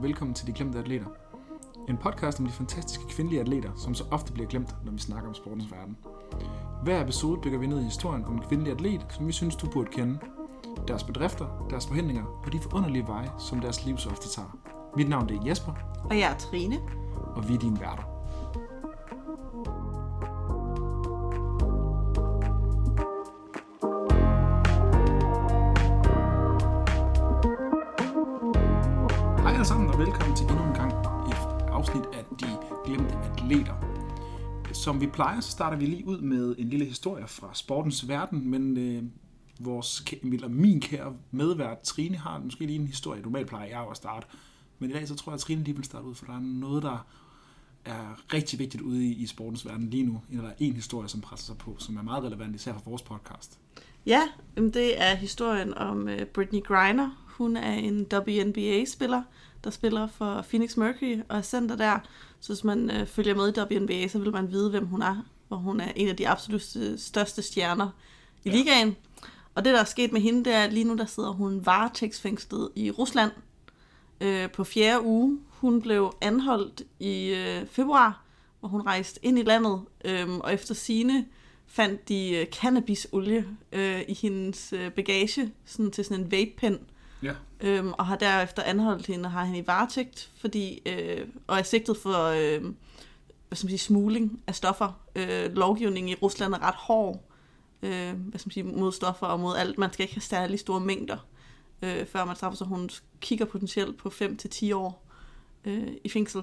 velkommen til De Glemte Atleter. En podcast om de fantastiske kvindelige atleter, som så ofte bliver glemt, når vi snakker om sportens verden. Hver episode dykker vi ned i historien om en kvindelig atlet, som vi synes, du burde kende. Deres bedrifter, deres forhindringer og de forunderlige veje, som deres liv så ofte tager. Mit navn er Jesper. Og jeg er Trine. Og vi er dine værter. Hej alle sammen og velkommen til endnu en gang et afsnit af De Glemte Atleter. Som vi plejer, så starter vi lige ud med en lille historie fra sportens verden, men min kære medvært Trine har måske lige en historie. Normalt plejer jeg jo at starte, men i dag så tror jeg, at Trine lige vil starte ud, for der er noget, der er rigtig vigtigt ude i sportens verden lige nu. Der er en historie, som presser sig på, som er meget relevant, især for vores podcast. Ja, det er historien om Brittney Griner. Hun er en WNBA-spiller, der spiller for Phoenix Mercury og er center der. Så hvis man følger med i WNBA, så vil man vide, hvem hun er. Og hun er en af de absolut største stjerner i ligaen. Og det, der er sket med hende, det er, at lige nu der sidder hun varetægtsfængslet i Rusland på 4. uge. Hun blev anholdt i februar, hvor hun rejste ind i landet, og efter sigende fandt de cannabisolie i hendes bagage sådan til sådan en vape-pen. Ja. Og har derefter anholdt hende og har hende i varetægt, fordi, og er sigtet for smugling af stoffer. Lovgivningen i Rusland er ret hård mod stoffer og mod alt. Man skal ikke have særlig store mængder, før man straffer, så hun kigger potentielt på 5-10 år i fængsel.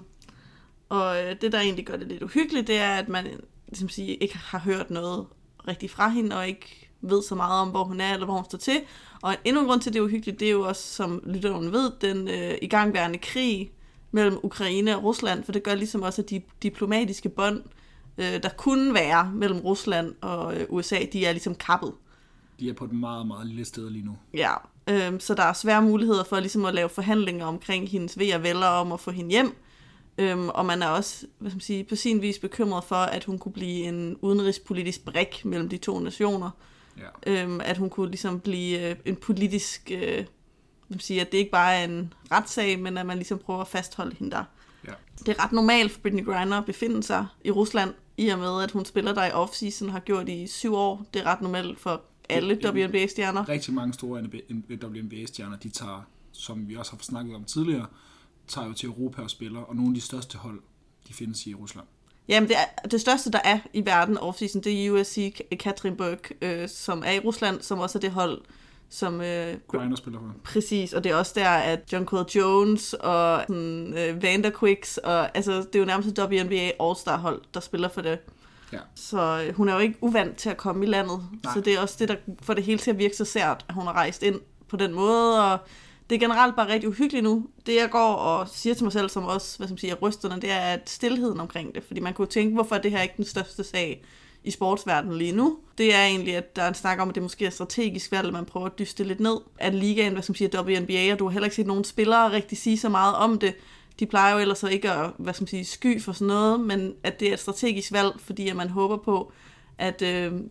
Og det, der egentlig gør det lidt uhyggeligt, det er, at man ikke har hørt noget rigtigt fra hende, og ikke ved så meget om, hvor hun er, eller hvor hun står til. Og endnu en grund til, at det er uhyggeligt, det er jo også, som lytteren ved, den igangværende krig mellem Ukraine og Rusland, for det gør ligesom også, at de diplomatiske bånd, der kunne være mellem Rusland og USA, de er ligesom kappet. De er på et meget, meget lille sted lige nu. Ja, så der er svære muligheder for ligesom at lave forhandlinger omkring hendes ve og vel om at få hende hjem. Og man er også på sin vis bekymret for, at hun kunne blive en udenrigspolitisk brik mellem de to nationer. Ja. At hun kunne ligesom blive en politisk, at det ikke bare er en retssag, men at man ligesom prøver at fastholde hende der. Ja. Det er ret normalt for Brittney Griner at befinde sig i Rusland, i og med at hun spiller der i off-season, har gjort i 7 år. Det er ret normalt for alle WNBA-stjerner. Rigtig mange store WNBA-stjerner, de tager, som vi også har snakket om tidligere, tager jo til Europa og spiller, og nogle af de største hold, de findes i Rusland. Jamen, det største, der er i verden off-season, det er USC Ekaterinburg, som er i Rusland, som også er det hold, som Griner spiller for. Præcis, og det er også der, at Jonquel Jones og Vanderquicks, og altså, det er jo nærmest et WNBA All-Star-hold, der spiller for det. Ja. Så hun er jo ikke uvant til at komme i landet. Nej. Så det er også det, der får det hele til at virke så sært, at hun har rejst ind på den måde, og det er generelt bare rigtig uhyggeligt nu. Det, jeg går og siger til mig selv, som også, rysterne, det er at stilheden omkring det. Fordi man kunne tænke, hvorfor er det her ikke den største sag i sportsverdenen lige nu? Det er egentlig, at der er en snak om, at det måske er strategisk valgt, at man prøver at dyste lidt ned. At ligaen, WNBA, og du har heller ikke set nogen spillere rigtig sige så meget om det. De plejer jo ellers så ikke at, sky for sådan noget, men at det er et strategisk valg, fordi at man håber på, at,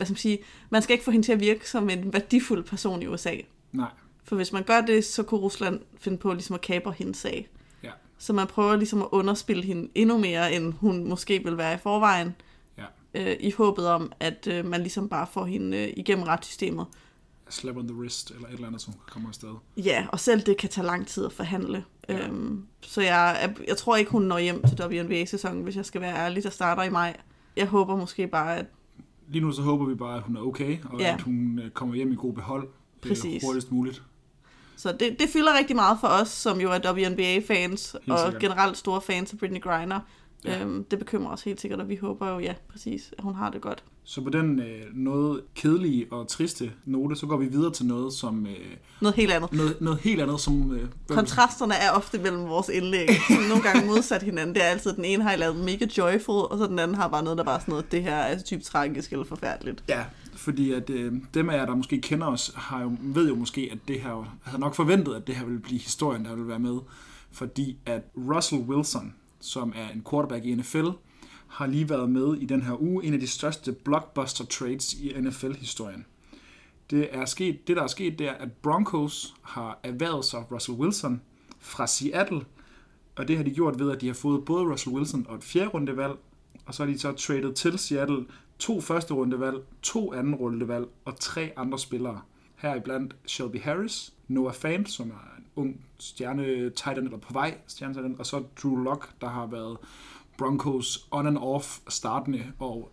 man skal ikke få hende til at virke som en værdifuld person i USA. Nej. For hvis man gør det, så kunne Rusland finde på ligesom at kapre hendes sag. Ja. Så man prøver ligesom at underspille hende endnu mere, end hun måske vil være i forvejen. Ja. I håbet om, at man ligesom bare får hende igennem retssystemet. A slap on the wrist, eller et eller andet, som kommer afsted. Ja, og selv det kan tage lang tid at forhandle. Ja. Så jeg tror ikke, hun når hjem til WNBA-sæsonen, hvis jeg skal være ærlig, der starter i maj. Jeg håber måske bare, at... Lige nu så håber vi bare, at hun er okay, og at hun kommer hjem i god behold. Præcis. Hurtigst muligt. Så det fylder rigtig meget for os, som jo er WNBA-fans, og generelt store fans af Brittney Griner. Ja. Det bekymrer os helt sikkert, og vi håber jo, præcis, at hun har det godt. Så på den noget kedelige og triste note, så går vi videre til noget som... noget helt andet. Noget helt andet, som... Kontrasterne er ofte mellem vores indlæg. Nogle gange modsat hinanden. Det er altid, den ene har lavet mega joyful, og så den anden har bare noget, der bare sådan noget, det her er typisk tragisk eller forfærdeligt. Ja, fordi at dem af jer, der måske kender os, ved jo måske, at det her havde nok forventet, at det her ville blive historien, der ville være med. Fordi at Russell Wilson, som er en quarterback i NFL, har lige været med i den her uge, en af de største blockbuster trades i NFL-historien. Det, der er sket, det er, at Broncos har erhvervet sig Russell Wilson fra Seattle Og det har de gjort ved, at de har fået både Russell Wilson og et 4. rundevalg, og så har de så traded til Seattle 2 første rundevalg, 2 anden rundevalg og 3 andre spillere. Heriblandt Shelby Harris, Noah Fant, som er en ung stjerne tight end, eller på vej stjerne tight end, og så Drew Lock, der har været Broncos on and off startende og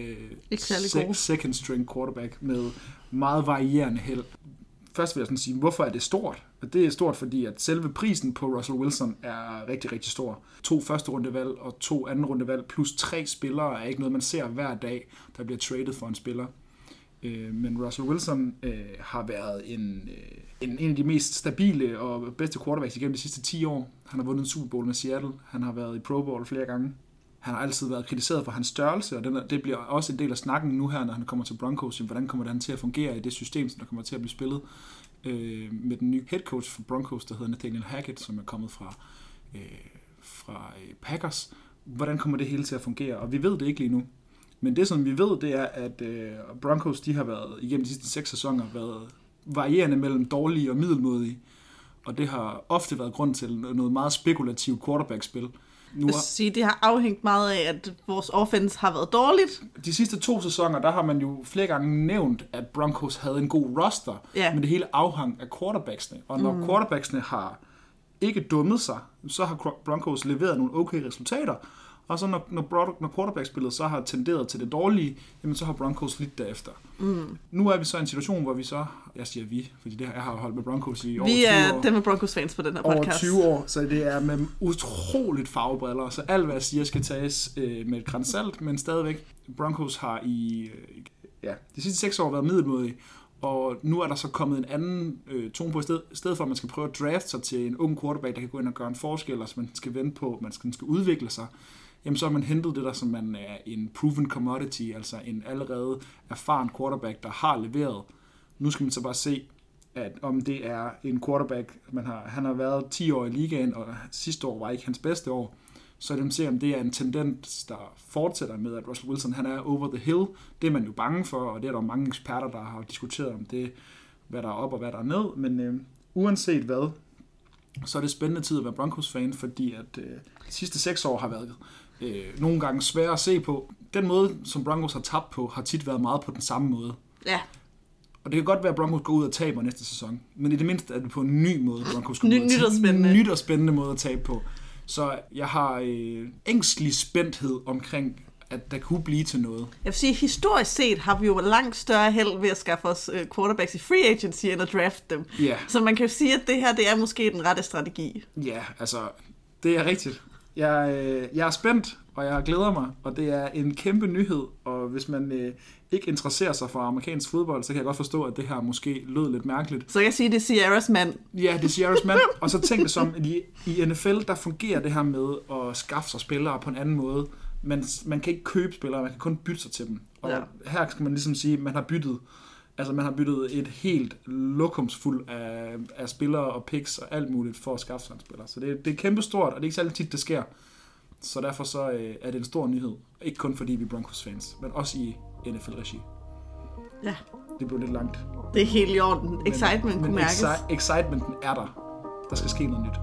second string quarterback med meget varierende held. Først vil jeg sådan sige, hvorfor er det stort? Og det er stort, fordi at selve prisen på Russell Wilson er rigtig, rigtig stor. 2 første rundevalg og 2 anden rundevalg plus 3 spillere er ikke noget, man ser hver dag, der bliver traded for en spiller. Men Russell Wilson har været en af de mest stabile og bedste quarterbacks igennem de sidste 10 år. Han har vundet en Super Bowl med Seattle. Han har været i Pro Bowl flere gange. Han har altid været kritiseret for hans størrelse, og det bliver også en del af snakken nu her, når han kommer til Broncos. Hvordan kommer han til at fungere i det system, som der kommer til at blive spillet med den nye head coach for Broncos, der hedder Nathaniel Hackett, som er kommet fra Packers. Hvordan kommer det hele til at fungere? Og vi ved det ikke lige nu. Men det, som vi ved, det er, at Broncos, de har været igennem de sidste 6 sæsoner været varierende mellem dårlige og middelmådige. Og det har ofte været grund til noget meget spekulativt quarterback-spil. Det har afhængt meget af, at vores offense har været dårligt. De sidste 2 sæsoner, der har man jo flere gange nævnt, at Broncos havde en god roster, men det hele afhang af quarterbacksene. Og når quarterbacksene har ikke dummet sig, så har Broncos leveret nogle okay resultater. Og så når quarterback-spillet så har tenderet til det dårlige, jamen så har Broncos lidt derefter. Nu er vi så i en situation, hvor vi så, jeg siger vi, fordi jeg har holdt med Broncos i over 20 år. Vi er dem med Broncos-fans på den her podcast. Over 20 år, så det er med utroligt farvebriller, så alt hvad jeg siger skal tages med et gran salt, men stadigvæk. Broncos har de sidste 6 år været middelmådige, og nu er der så kommet en anden tone på, i stedet for at man skal prøve at drafte sig til en ung quarterback, der kan gå ind og gøre en forskel, og så man skal vente på, man skal udvikle sig. Jamen så har man hentet det der, som man er en proven commodity, altså en allerede erfaren quarterback, der har leveret. Nu skal man så bare se, at om det er en quarterback, han har været 10 år i ligaen, og sidste år var ikke hans bedste år, så de ser, om det er en tendens, der fortsætter med, at Russell Wilson han er over the hill. Det er man jo bange for, og det er der mange eksperter, der har diskuteret om det, hvad der er op og hvad der er ned. Men uanset hvad, så er det spændende tid at være Broncos-fan, fordi at de sidste 6 år har været nogle gange svære at se på. Den måde, som Broncos har tabt på, har tit været meget på den samme måde. Ja. Og det kan godt være, at Broncos går ud og taber næste sæson, men i det mindste er det på en ny måde, Broncos går ud nyt og spændende måde at tabe på. Så jeg har ængstelig spændthed omkring, at der kunne blive til noget. Jeg vil sige, historisk set har vi jo langt større held ved at skaffe os quarterbacks i free agency, end at drafte dem. Yeah. Så man kan jo sige, at det her det er måske den rette strategi. Ja, altså, det er rigtigt. Jeg er spændt, og jeg glæder mig, og det er en kæmpe nyhed, og hvis man ikke interesserer sig for amerikansk fodbold, så kan jeg godt forstå, at det her måske lød lidt mærkeligt. Så jeg siger, det er Sierras mand. Ja, det er Sierras mand, og så tænk det som, i NFL, der fungerer det her med at skaffe sig spillere på en anden måde. Man kan ikke købe spillere, man kan kun bytte sig til dem. Og her skal man ligesom sige, at man har byttet et helt lokumsfuld af spillere og picks og alt muligt for at skaffe sig en spiller. Så det er kæmpestort, og det er ikke særlig tit, det sker. Så derfor så er det en stor nyhed. Ikke kun fordi vi er Broncos-fans, men også i NFL-regi. Ja. Det blev lidt langt. Det er helt i orden. Excitement kunne mærkes. Excitementen er der. Der skal ske noget nyt.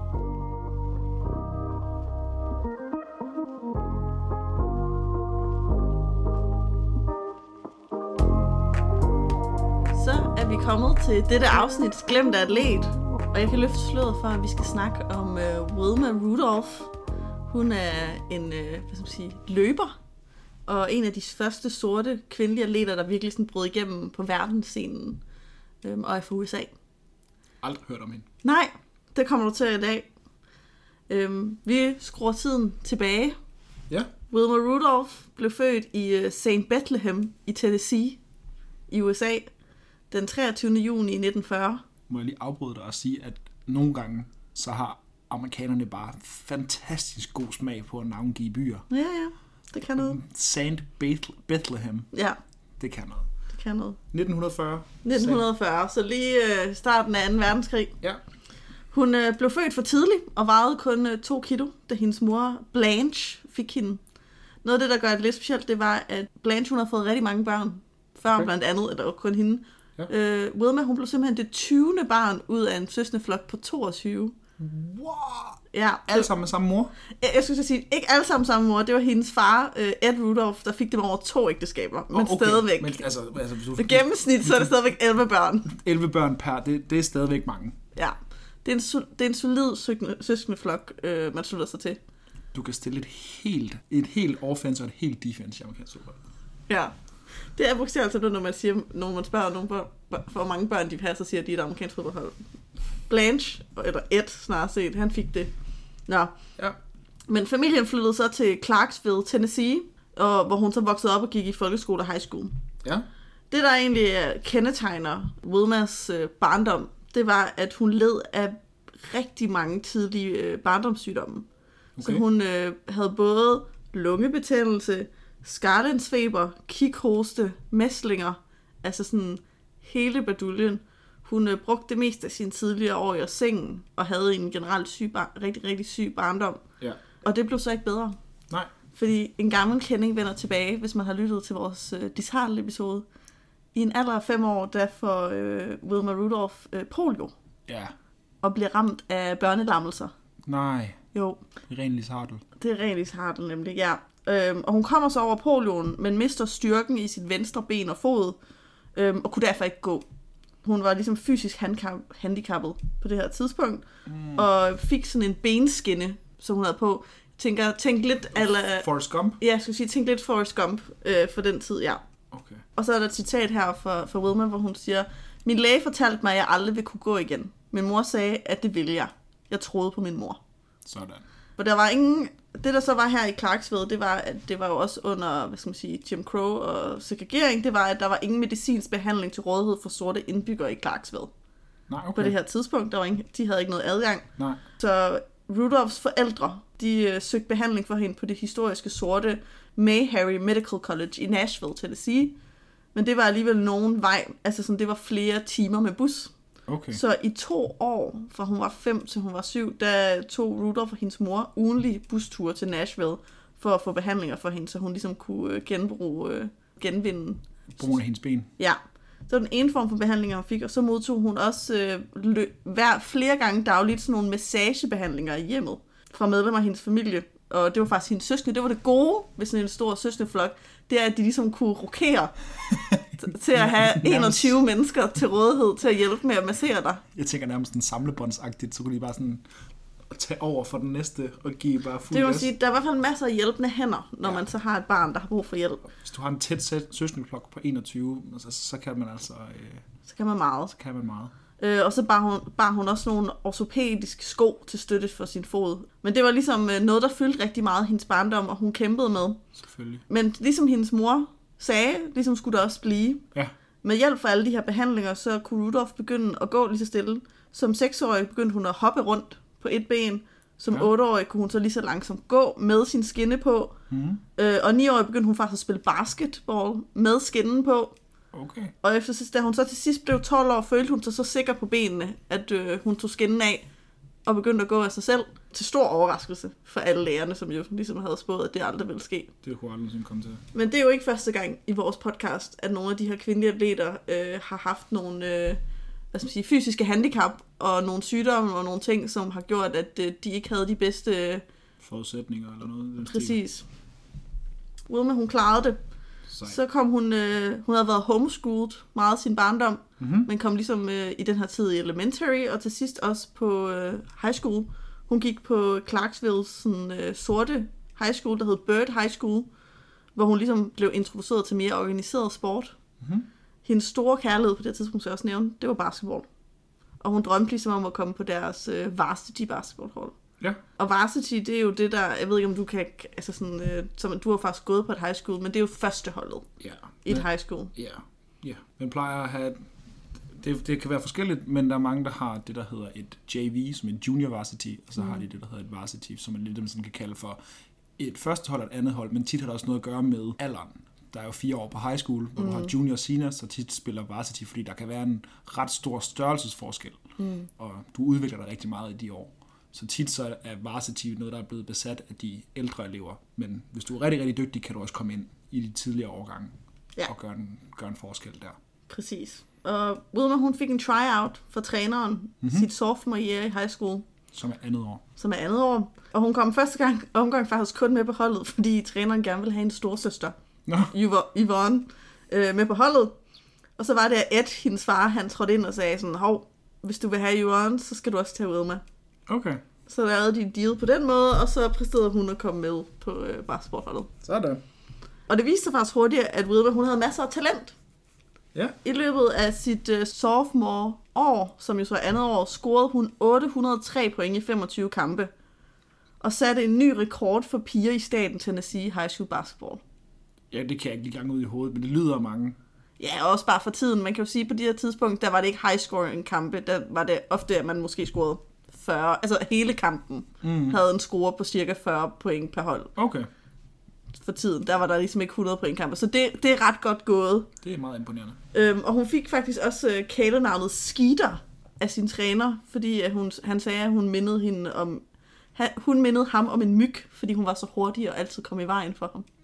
Så er vi kommet til dette afsnit Glemte atlet, og jeg kan løfte sløret for, at vi skal snakke om Wilma Rudolph. Hun er en løber, og en af de første sorte kvindelige atleter, der virkelig sådan brød igennem på verdensscenen, og er fra USA. Aldrig hørt om hende. Nej, det kommer du til i dag. Vi skruer tiden tilbage. Ja. Wilma Rudolph blev født i St. Bethlehem i Tennessee i USA den 23. juni 1940. Må jeg lige afbryde dig og sige, at nogle gange så har amerikanerne bare fantastisk god smag på at navngive byer. Ja, det kan noget. St. Bethlehem. Ja. Det kan noget. 1940. 1940, så lige starten af 2. verdenskrig. Ja. Hun blev født for tidligt og vejede kun 2 kilo, da hendes mor Blanche fik hende. Noget af det, der gør det lidt specielt, det var, at Blanche hun havde fået rigtig mange børn. Før blandt andet, eller kun hende. Ja. Wilma, hun blev simpelthen det 20. barn ud af en søskendeflok på 22. Wow. Ja. Alle sammen med samme mor? Jeg skulle sige, ikke alle sammen samme mor. Det var hendes far, Ed Rudolph, der fik dem over 2 ægteskaber. Men okay. Stadigvæk. Men, altså, ved gennemsnit, så er det stadigvæk 11 børn. 11 børn per, det er stadigvæk mange. Ja. Det er en solid søskendeflok, man slutter sig til. Du kan stille et helt offense og et helt defense i amerikansk fodbold. Ja. Det er bogstaveligt sådan, når man spørger nogen hvor mange børn de har, så siger de et amerikansk fodboldhold. Blanche, eller Ed snarere set, han fik det. Nå. Ja. Men familien flyttede så til Clarksville, Tennessee, hvor hun så voksede op og gik i folkeskole og high school. Ja. Det, der egentlig kendetegner Wilmas barndom, det var, at hun led af rigtig mange tidlige barndomssygdomme. Okay. Så hun havde både lungebetændelse, skarlandsfeber, kikhoste, mæslinger, altså sådan hele baduljen. Hun brugte det meste af sine tidligere år i sengen, og havde en generelt rigtig, rigtig syg barndom. Ja. Og det blev så ikke bedre. Nej. Fordi en gammel kending vender tilbage, hvis man har lyttet til vores Disharl-episode. I en alder af 5 år, der får Wilma Rudolph polio. Ja. Og bliver ramt af børnelammelser. Nej. Jo. Det er ren Lis Hartl. Det er ren Lis Hartl nemlig, ja. Og hun kommer så over polioen, men mister styrken i sit venstre ben og fod, og kunne derfor ikke gå. Hun var ligesom fysisk handicappet på det her tidspunkt, og fik sådan en benskinne, som hun havde på. Tænk lidt Forrest Gump? Ja, jeg skulle sige, tænk lidt Forrest Gump for den tid, ja. Okay. Og så er der et citat her for Wilma, hvor hun siger, min læge fortalte mig, at jeg aldrig ville kunne gå igen. Min mor sagde, at det ville jeg. Jeg troede på min mor. Sådan. For der var ingen... Det, der så var her i Clarksville, det var, at det var jo også under, hvad skal man sige, Jim Crow og segregering, det var, at der var ingen medicinsk behandling til rådighed for sorte indbyggere i Clarksville. Nej, okay. På det her tidspunkt, de havde ikke noget adgang. Nej. Så Rudolphs forældre, de søgte behandling for hende på det historiske sorte Mayberry Medical College i Nashville, Tennessee. Men det var alligevel nogen vej, altså sådan, det var flere timer med bus. Okay. Så i 2 år, fra hun var 5 til hun var 7, der tog Rudolph og hendes mor ugenlige busture til Nashville for at få behandlinger for hende, så hun ligesom kunne genvinde. Brugen af hendes ben? Ja. Så var den ene form for behandlinger, hun fik, og så modtog hun også flere gange dagligt sådan nogle massagebehandlinger i hjemmet fra medlemmer af hendes familie. Og det var faktisk hendes søskende. Det var det gode ved sådan en stor søskendeflok, det er, at de ligesom kunne rokere til at have 21 mennesker til rådighed til at hjælpe med at massere dig. Jeg tænker nærmest sådan samlebåndsagtigt, så kunne de bare sådan tage over for den næste og give bare fuld gas. Det vil sige, der er i hvert fald masser af hjælpende hænder, når man så har et barn, der har brug for hjælp. Hvis du har en tæt søskendeflok på 21, så kan man altså... Så kan man meget. Så kan man meget. Og så bar hun også nogle ortopædiske sko til støtte for sin fod. Men det var ligesom noget, der fyldte rigtig meget hendes barndom, og hun kæmpede med. Selvfølgelig. Men ligesom hendes mor sagde, ligesom skulle det også blive. Ja. Med hjælp fra alle de her behandlinger, så kunne Rudolph begynde at gå lige så stille. Som 6-årig begyndte hun at hoppe rundt på et ben. Som 8-årig kunne hun så lige så langsomt gå med sin skinne på. Og 9-årig begyndte hun faktisk at spille basketball med skinnen på. Okay. Og da hun så til sidst blev 12 år, følte hun sig så sikker på benene, at hun tog skinnen af og begyndte at gå af sig selv. Til stor overraskelse for alle lærerne, som jo ligesom havde spået, at det aldrig ville ske. Det kunne aldrig komme til. Men det er jo ikke første gang i vores podcast, at nogle af de her kvindelige atleter har haft nogle fysiske handicap og nogle sygdomme og nogle ting, som har gjort, at de ikke havde de bedste forudsætninger eller noget. Præcis. Wilma, hun klarede det. Så kom hun havde været homeschooled meget sin barndom, men kom ligesom i den her tid i elementary, og til sidst også på high school. Hun gik på Clarksvilles sådan, sorte high school, der hed Bird High School, hvor hun ligesom blev introduceret til mere organiseret sport. Hendes store kærlighed på det tidspunkt, jeg også nævnte, det var basketball. Og hun drømte ligesom om at komme på deres varsity basketballhold. Ja. Og varsity, det er jo det der, jeg ved ikke om du kan, altså sådan, som du har faktisk gået på et high school, men det er jo førsteholdet i et high school. Ja. Man plejer at have, det kan være forskelligt, men der er mange, der har det, der hedder et JV, som en junior varsity, og så har de det, der hedder et varsity, som man lidt dem sådan kan kalde for et første hold og et andet hold, men tit har det også noget at gøre med alderen. Der er jo 4 år på high school, hvor du har junior og senior, så tit spiller varsity, fordi der kan være en ret stor størrelsesforskel, og du udvikler dig rigtig meget i de år. Så tit så er varsity noget, der er blevet besat af de ældre elever. Men hvis du er rigtig, rigtig dygtig, kan du også komme ind i de tidligere årgange og gøre en forskel der. Præcis. Og Wilma, hun fik en tryout for træneren sit sophomore year i high school. Som er andet år. Som er andet år. Og hun kom første omgang faktisk kun med på holdet, fordi træneren gerne ville have en storsøster, Yvonne, med på holdet. Og så var det, at Ed, hendes far, han trådte ind og sagde sådan, hov, hvis du vil have Yvonne, så skal du også tage ud med. Okay. Så lavede de en deal på den måde, og så præsterede hun at komme med på basketballholdet. Sådan. Og det viste sig faktisk hurtigt, at Wilma, hun havde masser af talent. Ja. I løbet af sit sophomore år, som jo så er andet år, scorede hun 803 point i 25 kampe. Og satte en ny rekord for piger i staten Tennessee High School Basketball. Ja, det kan jeg ikke lige gange ud i hovedet, men det lyder mange. Ja, også bare for tiden. Man kan jo sige, at på de her tidspunkt, der var det ikke high-scoring kampe. Der var det ofte, at man måske scorede 40. Altså hele kampen havde en score på cirka 40 point per hold. Okay. For tiden, der var der ligesom ikke 100 point kampe. Så det er ret godt gået. Det er meget imponerende. Og hun fik faktisk også kælenavnet Skeeter af sin træner, fordi han sagde, at hun mindede hende om... Hun mindede ham om en myg, fordi hun var så hurtig og altid kom i vejen for ham.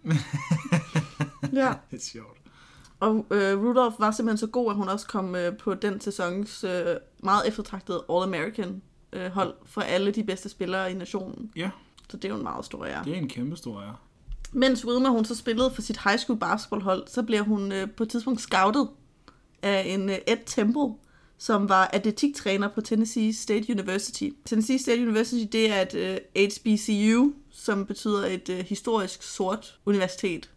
Ja. Det er sjovt. Og Rudolph var simpelthen så god, at hun også kom på den sæsons meget eftertragtede All-American hold for alle de bedste spillere i nationen. Ja. Så det er jo en meget stor ære. Det er en kæmpe stor ære. Mens Wilma, hun så spillede for sit high school basketballhold, så blev hun på et tidspunkt scoutet af en Ed Temple, som var atletiktræner på Tennessee State University. Tennessee State University, det er et HBCU, som betyder et historisk sort universitet.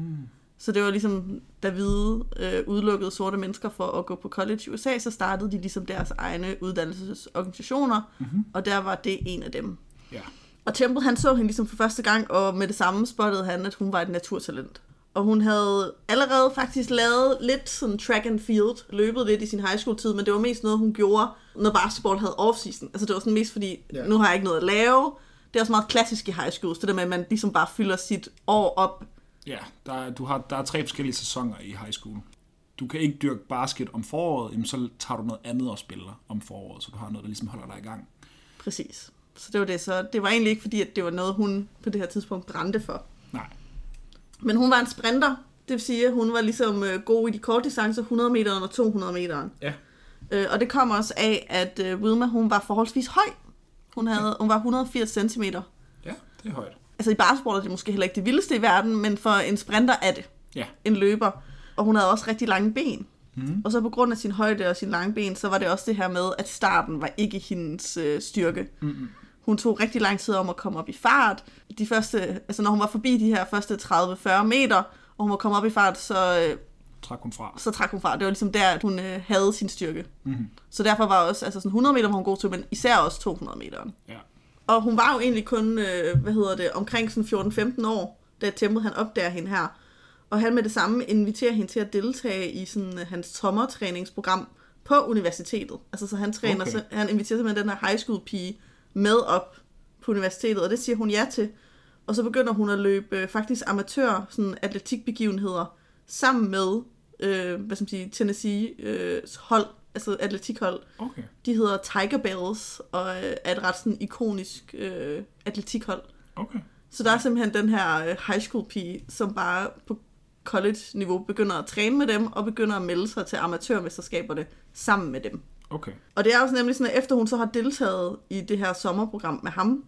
Så det var ligesom, da hvide udelukkede sorte mennesker for at gå på college i USA, så startede de ligesom deres egne uddannelsesorganisationer, og der var det en af dem. Ja. Og Temple, han så hende ligesom for første gang, og med det samme spottede han, at hun var et naturtalent. Og hun havde allerede faktisk lavet lidt sådan track and field, løbet lidt i sin high school tid, men det var mest noget, hun gjorde, når basketball havde off-season. Altså det var sådan mest fordi, nu har jeg ikke noget at lave. Det er også meget klassisk i high school, det der med, at man ligesom bare fylder sit år op. Ja, der er 3 forskellige sæsoner i high school. Du kan ikke dyrke basket om foråret, jamen så tager du noget andet og spiller om foråret, så du har noget, der ligesom holder dig i gang. Præcis. Så det var det. Så det var egentlig ikke fordi, at det var noget, hun på det her tidspunkt brændte for. Nej. Men hun var en sprinter. Det vil sige, at hun var ligesom god i de korte distancer, 100 meter og 200 meter. Ja. Og det kom også af, at Wilma, hun var forholdsvis høj. Hun var 180 cm. Ja, det er højt. Altså i basketball er det måske heller ikke det vildeste i verden, men for en sprinter er det. Ja. En løber. Og hun havde også rigtig lange ben. Og så på grund af sin højde og sin lange ben, så var det også det her med, at starten var ikke hendes styrke. Hun tog rigtig lang tid om at komme op i fart. De første, altså når hun var forbi de her første 30-40 meter, og hun var kommet op i fart, så trak hun fra. Det var ligesom der, at hun havde sin styrke. Så derfor var også, altså sådan 100 meter var hun god til, men især også 200 meter. Ja. Og hun var jo egentlig kun, omkring sådan 14-15 år, da Temple han opdager hende her. Og han med det samme inviterer hende til at deltage i sådan hans sommertræningsprogram på universitetet. Altså så han træner, så han inviterer simpelthen den her high school pige med op på universitetet, og det siger hun ja til. Og så begynder hun at løbe faktisk amatør sådan atletikbegivenheder sammen med Tennessee hold, altså atletikhold. Okay. De hedder Tiger Bells og er et ret sådan ikonisk atletikhold. Okay. Så der er simpelthen den her high school pige, som bare på college-niveau begynder at træne med dem, og begynder at melde sig til amatørmesterskaberne sammen med dem. Okay. Og det er også nemlig sådan, at efter hun så har deltaget i det her sommerprogram med ham,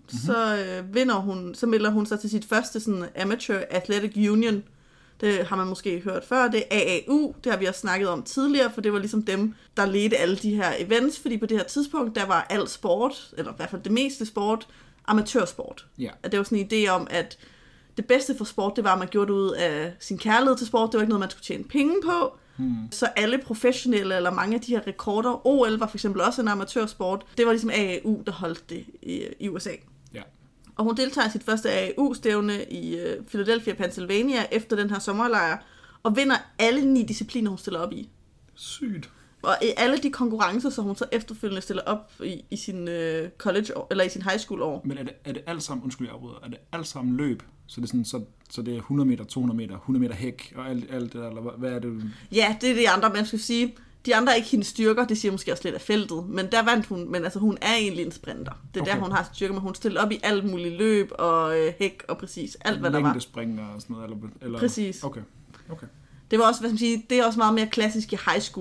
så melder hun sig til sit første sådan Amateur Athletic Union. Det har man måske hørt før. Det er AAU, det har vi også snakket om tidligere, for det var ligesom dem, der ledte alle de her events, fordi på det her tidspunkt, der var al sport, eller i hvert fald det meste sport, amatørsport. Ja. At det var sådan en idé om, at det bedste for sport, det var, at man gjorde det ud af sin kærlighed til sport. Det var ikke noget, man skulle tjene penge på. Så alle professionelle, eller mange af de her rekorder, OL var for eksempel også en amatørsport, det var ligesom AAU, der holdt det i USA. Ja. Og hun deltager i sit første AAU-stævne i Philadelphia, Pennsylvania, efter den her sommerlejr, og vinder alle 9 discipliner, hun stiller op i. Sygt. Og i alle de konkurrencer, som hun så efterfølgende stiller op i sin college eller i sin high school år. Men er det alt sammen, undskyld jeg afbryder, er det alt sammen løb? Så det er sådan, så det er 100 meter, 200 meter, 100 meter hæk og alt det der, eller hvad er det? Ja, det er de andre, man skal sige. De andre er ikke hendes styrker, det siger måske også lidt af feltet, men der vandt hun, men altså hun er egentlig en sprinter. Det er der, hun har sin styrker, men hun stiller op i alt muligt løb og hæk og præcis alt, hvad der var. Længdespring og sådan noget, eller? Præcis. Okay. Det var også, det er også meget mere klassisk i high school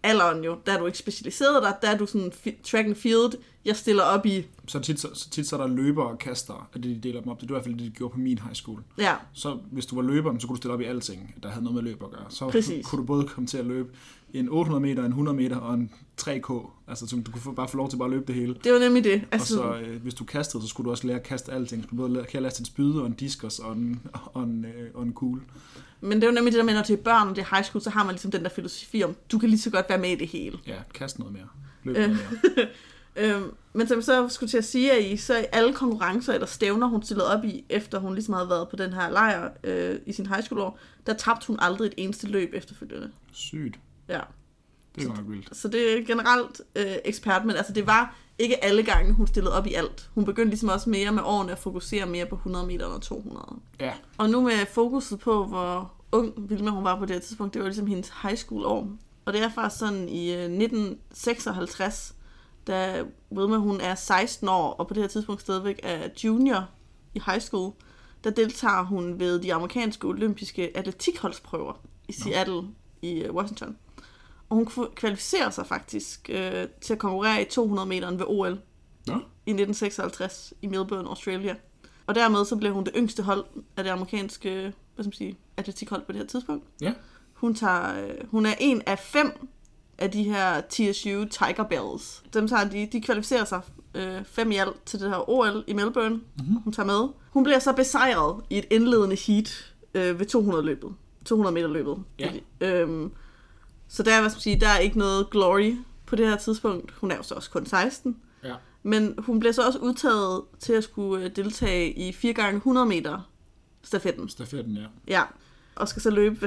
alderen jo, der er du ikke specialiseret der er du sådan track and field, jeg stiller op i... Så tit er der løber og kaster, at de deler dem op. Det var i hvert fald det, de gjorde på min high school. Ja. Så hvis du var løberen, så kunne du stille op i alting, der havde noget med løb at gøre. Så Præcis. kunne du både komme til at løbe en 800 meter, en 100 meter og en 3K. Altså, du kunne bare få lov til bare at løbe det hele. Det var nemlig det. Altså... Og så hvis du kastede, så skulle du også lære at kaste alting. Så skulle du både lære at spyd og en diskus og en kugle. Men det er jo nemlig det der med, når det er børn og det er high school, så har man ligesom den der filosofi om, du kan lige så godt være med i det hele. Ja, kast noget mere. Løb noget mere. Men som jeg så skulle til at sige, at i så i alle konkurrencer eller stævner, hun stillede op i, efter hun ligesom havde været på den her lejr i sin high school år, der tabte hun aldrig et eneste løb efterfølgende. Sygt. Ja. Det er godt nok vildt. Så det er generelt ekspert, men altså det var ikke alle gange, hun stillede op i alt. Hun begyndte ligesom også mere med årene at fokusere mere på 100 meter og 200. Ja. Og nu med fokuset på, hvor ung Vilma hun var på det her tidspunkt, det var ligesom hendes high school år. Og det er faktisk sådan i 1956, da Wilma hun er 16 år, og på det her tidspunkt stadigvæk er junior i high school, der deltager hun ved de amerikanske olympiske atletikholdsprøver i Seattle i Washington. Og hun kvalificerer sig faktisk til at konkurrere i 200 meteren ved OL i 1956 i Melbourne, Australia. Og dermed så blev hun det yngste hold af det amerikanske atletikhold på det her tidspunkt. Ja. Hun er en af 5 af de her TSU Tiger Bells. Dem tager de kvalificerer sig 5 i alt til det her OL i Melbourne. Mm-hmm. Hun tager med. Hun bliver så besejret i et indledende heat ved 200 meter løbet. Ja. Så der er ikke noget glory på det her tidspunkt. Hun er jo så også kun 16. Ja. Men hun bliver så også udtaget til at skulle deltage i 4x100 meter stafetten. Stafetten, ja. Ja. Og skal så løbe,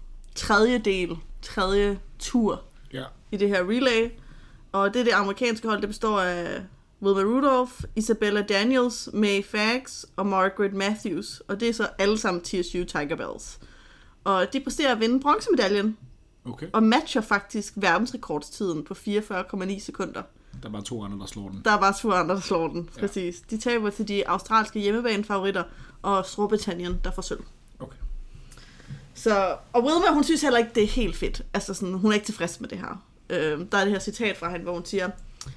tredje tur i det her relay. Og det amerikanske hold, det består af Wilma Rudolph, Isabella Daniels, Mae Fags og Margaret Matthews. Og det er så alle sammen TSU Tiger Bells. Og de præsterer at vinde bronzemedaljen. Okay. Og matcher faktisk verdensrekordstiden på 44,9 sekunder. Der er bare 2 andre, der slår den. Ja. Præcis. De taber til de australske hjemmebanefavoritter og Storbritannien, der får sølv. Okay. Og Wilma, hun synes heller ikke, det er helt fedt. Altså sådan, hun er ikke tilfreds med det her. Der er det her citat fra hende, hvor hun siger,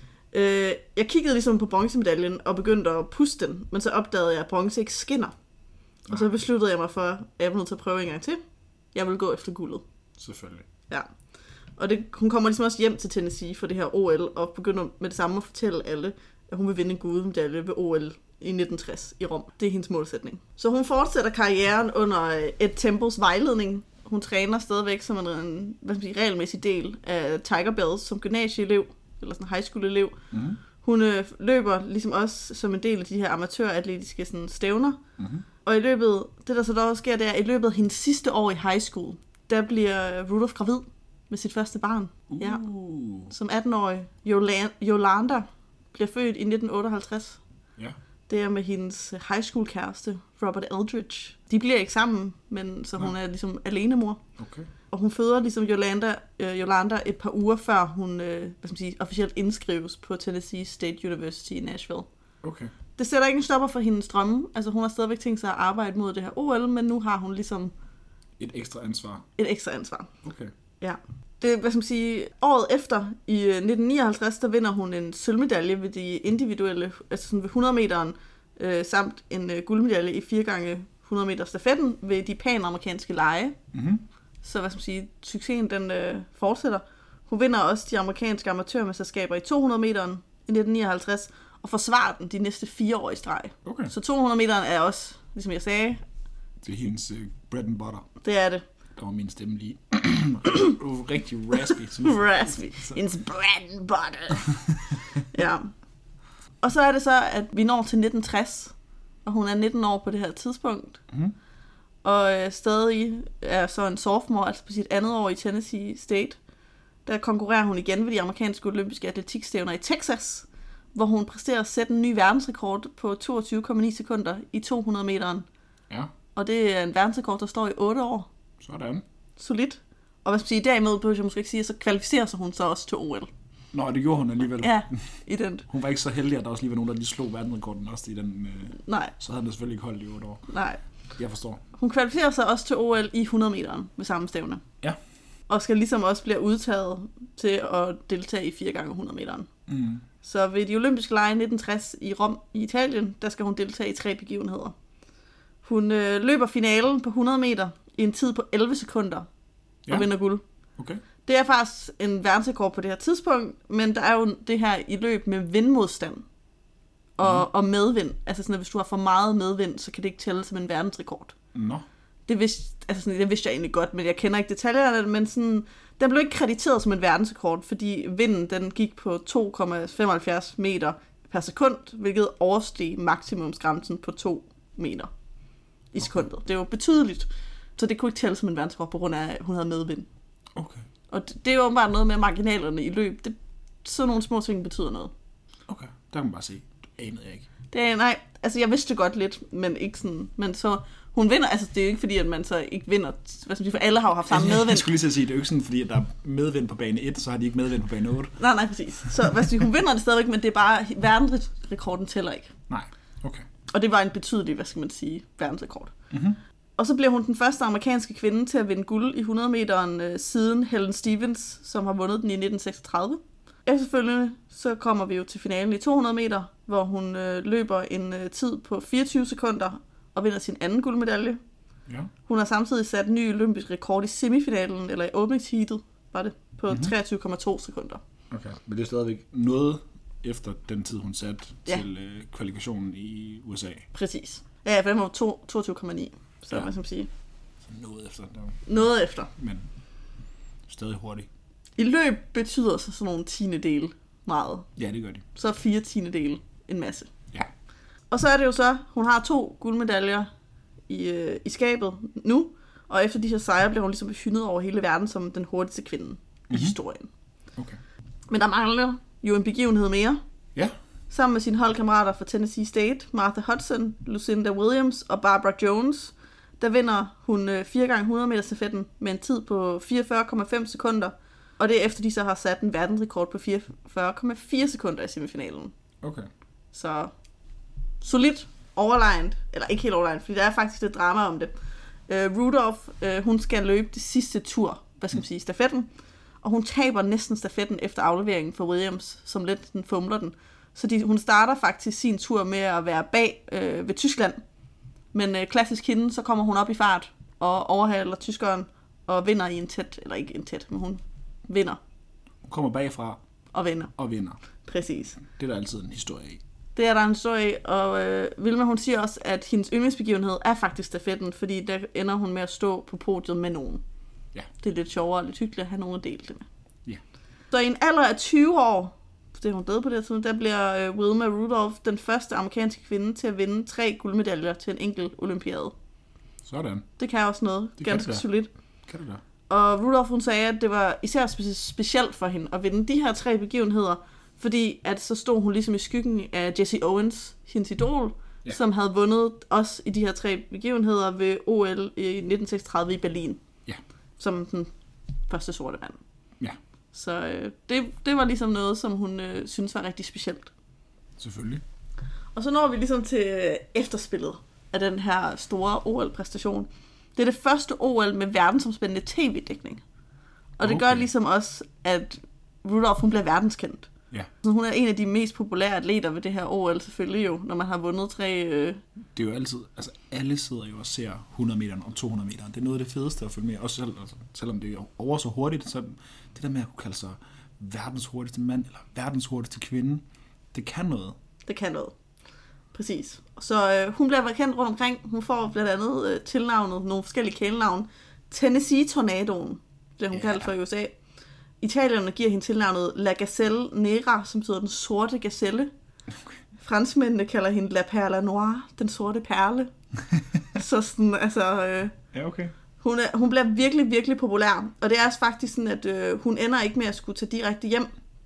jeg kiggede ligesom på bronzemedaljen og begyndte at puste den, men så opdagede jeg, at bronze ikke skinner. Og så besluttede jeg mig for, at jeg var nødt til at prøve en gang til. Jeg vil gå efter guldet. Selvfølgelig. Ja. Og hun kommer ligesom også hjem til Tennessee for det her OL, og begynder med det samme at fortælle alle, at hun vil vinde en guldmedalje ved OL i 1960 i Rom. Det er hendes målsætning. Så hun fortsætter karrieren under Ed Temples vejledning. Hun træner stadigvæk som en regelmæssig del af Tiger Bells som gymnasieelev, eller sådan high school elev. Mm-hmm. Hun løber ligesom også som en del af de her amatøratletiske stævner. Mm-hmm. Og i løbet, det der så der sker, det er, i løbet af hendes sidste år i high school, der bliver Rudolph gravid med sit første barn. Ja. Som 18-årig. Yolanda bliver født i 1958. Ja. Det er med hendes high school kæreste, Robert Eldridge. De bliver ikke sammen, men så hun er ligesom alenemor. Okay. Og hun føder ligesom Yolanda et par uger før hun officielt indskrives på Tennessee State University i Nashville. Okay. Det sætter ikke en stopper for hendes drømme. Altså hun har stadigvæk tænkt sig at arbejde mod det her OL, men nu har hun ligesom et ekstra ansvar. Okay. Ja. Det, året efter, i 1959, der vinder hun en sølvmedalje ved de individuelle, altså sådan ved 100 meteren, samt en guldmedalje i 4x100 meter stafetten ved de panamerikanske lege. Mm-hmm. Så succesen den fortsætter. Hun vinder også de amerikanske amatørmesterskaber i 200 meteren i 1959, og forsvarer den de næste 4 år i streg. Okay. Så 200 meteren er også, ligesom jeg sagde, det er hendes bread and butter. Det er det. Der var min stemme lige rigtig raspy. Raspy. Hendes bread and butter. Ja. Og så er det så, at vi når til 1960, og hun er 19 år på det her tidspunkt. Mm. Og stadig er så en sophomore, altså på sit andet år i Tennessee State. Der konkurrerer hun igen ved de amerikanske olympiske atletikstævner i Texas, hvor hun præsterer at sætte en ny verdensrekord på 22,9 sekunder i 200 meteren. Ja. Og det er en verdensrekord, der står i 8 år. Sådan. Solidt. Og derimod behøver jeg måske ikke sige, så kvalificerer sig hun så også til OL. Nå, det gjorde hun alligevel. Ja, i den. Hun var ikke så heldig, at der også lige var nogen, der lige slog verdensrekorden også i den. Nej. Så havde det selvfølgelig ikke holdt i 8 år. Nej. Jeg forstår. Hun kvalificerer sig også til OL i 100 meteren ved samme stævne. Ja. og skal ligesom også blive udtaget til at deltage i 4x100 meteren. Så ved de olympiske lege 1960 i Rom i Italien, der skal hun deltage i 3 begivenheder. Hun løber finalen på 100 meter i en tid på 11 sekunder og vinder guld. Okay. Det er faktisk en verdensrekord på det her tidspunkt, men der er jo det her i løb med vindmodstand og medvind. Altså sådan, at hvis du har for meget medvind, så kan det ikke tælle som en verdensrekord. Det vidste jeg egentlig godt, men jeg kender ikke detaljerne, men sådan, den blev ikke krediteret som en verdensrekord, fordi vinden den gik på 2,75 meter per sekund, hvilket oversteg maksimumsgrænsen på 2 meter i sekundet. Det er jo betydeligt, så det kunne ikke tælle som en verdensrekord, på grund af, at hun havde medvind. Okay. Og det er jo bare noget med marginalerne i løb. Sådan nogle små ting betyder noget. Okay, der kan man bare se. Det anede jeg ikke. Nej, altså jeg vidste det godt lidt, men ikke sådan. Men så hun vinder, altså det er jo ikke fordi, at man så ikke vinder, hvad skal man sige, for alle har jo haft samme medvind. Jeg skulle lige sige, det er jo ikke sådan, fordi at der er medvind på bane 1, så har de ikke medvind på bane 8. Nej, præcis. Så hvad skal hun vinder det stadigvæk, men det er bare, verdensrekorden tæller ikke. Nej, okay. Og det var en betydelig, hvad skal man sige, verdensrekord. Mm-hmm. Og så bliver hun den første amerikanske kvinde til at vinde guld i 100 meteren siden Helen Stevens, som har vundet den i 1936. Efterfølgende så kommer vi jo til finalen i 200 meter, hvor hun løber en tid på 24 sekunder og vinder sin anden guldmedalje. Ja. Hun har samtidig sat en ny olympisk rekord i semifinalen, eller i åbningsheatet, var det, på 23,2 sekunder. Okay, men det er stadigvæk noget efter den tid, hun satte til kvalifikationen i USA. Præcis. Ja, for den var 22,9, så man skal sige. Så noget efter. Noget efter. Men stadig hurtigt. I løb betyder så sådan nogle tiendedele meget. Ja, det gør de. Så 4 tiendedele en masse. Ja. Og så er det jo så, hun har 2 guldmedaljer i skabet nu, og efter de her sejre bliver hun ligesom hyldet over hele verden som den hurtigste kvinde i historien. Okay. Men der mangler jo en begivenhed mere. Ja. Sammen med sine holdkammerater fra Tennessee State, Martha Hudson, Lucinda Williams og Barbara Jones, der vinder hun 4x100 meter stafetten med en tid på 44,5 sekunder, og det er efter de så har sat en verdensrekord på 44,4 sekunder i semifinalen. Okay. Så solidt, overlegnet, eller ikke helt overlegnet, fordi der er faktisk lidt drama om det. Rudolph, hun skal løbe det sidste tur, hvad skal man sige, stafetten, og hun taber næsten stafetten efter afleveringen for Williams, som lidt den fumler den. Så hun starter faktisk sin tur med at være bag ved Tyskland, men klassisk hende, så kommer hun op i fart og overhaler tyskeren og vinder i en tæt, eller ikke en tæt, men hun vinder. Hun kommer bagfra og vinder. Og vinder. Præcis. Det er der altid en historie i. Det er der en historie, og Vilma, hun siger også, at hendes yndlingsbegivenhed er faktisk stafetten, fordi der ender hun med at stå på podiet med nogen. Ja. Det er lidt sjovere og lidt hyggeligt at have nogen at dele det med. Ja. Så i en alder af 20 år, det er hun døde på det tid, der bliver Wilma Rudolph den første amerikanske kvinde til at vinde 3 guldmedaljer til en enkelt olympiade. Sådan. Det kan også noget. Det ganske solidt. Kan det da. Og Rudolph, hun sagde, at det var især specielt for hende at vinde de her 3 begivenheder, fordi at så stod hun ligesom i skyggen af Jesse Owens, hendes idol, som havde vundet også i de her 3 begivenheder ved OL i 1936 i Berlin. Ja. Som den første sorte mand. Ja. Så det var ligesom noget, som hun synes var rigtig specielt. Selvfølgelig. Og så når vi ligesom til efterspillet af den her store OL-præstation. Det er det første OL med verdensomspændende tv-dækning. Og det gør ligesom også, at Rudolph, hun bliver verdenskendt. Ja. Så hun er en af de mest populære atleter ved det her OL, selvfølgelig jo, når man har vundet 3... Det er jo altid, altså alle sidder jo og ser 100 meter og 200 meter. Det er noget af det fedeste at følge med, også selvom det er over så hurtigt, så det der med at kunne kalde sig verdens hurtigste mand, eller verdens hurtigste kvinde, det kan noget. Det kan noget. Præcis. Så hun bliver kendt rundt omkring. Hun får blandt andet tilnavnet, nogle forskellige kælenavn. Tennessee-tornadoen, det hun kaldt for i USA. Italienerne giver hende tilnavnet La Gazelle Negra, som betyder den sorte gazelle. Okay. Franskmændene kalder hende La Perle Noire, den sorte perle. Så sådan, altså... ja, okay. Hun bliver virkelig, virkelig populær. Og det er faktisk sådan, at hun ender ikke med at skulle tage direkte hjem.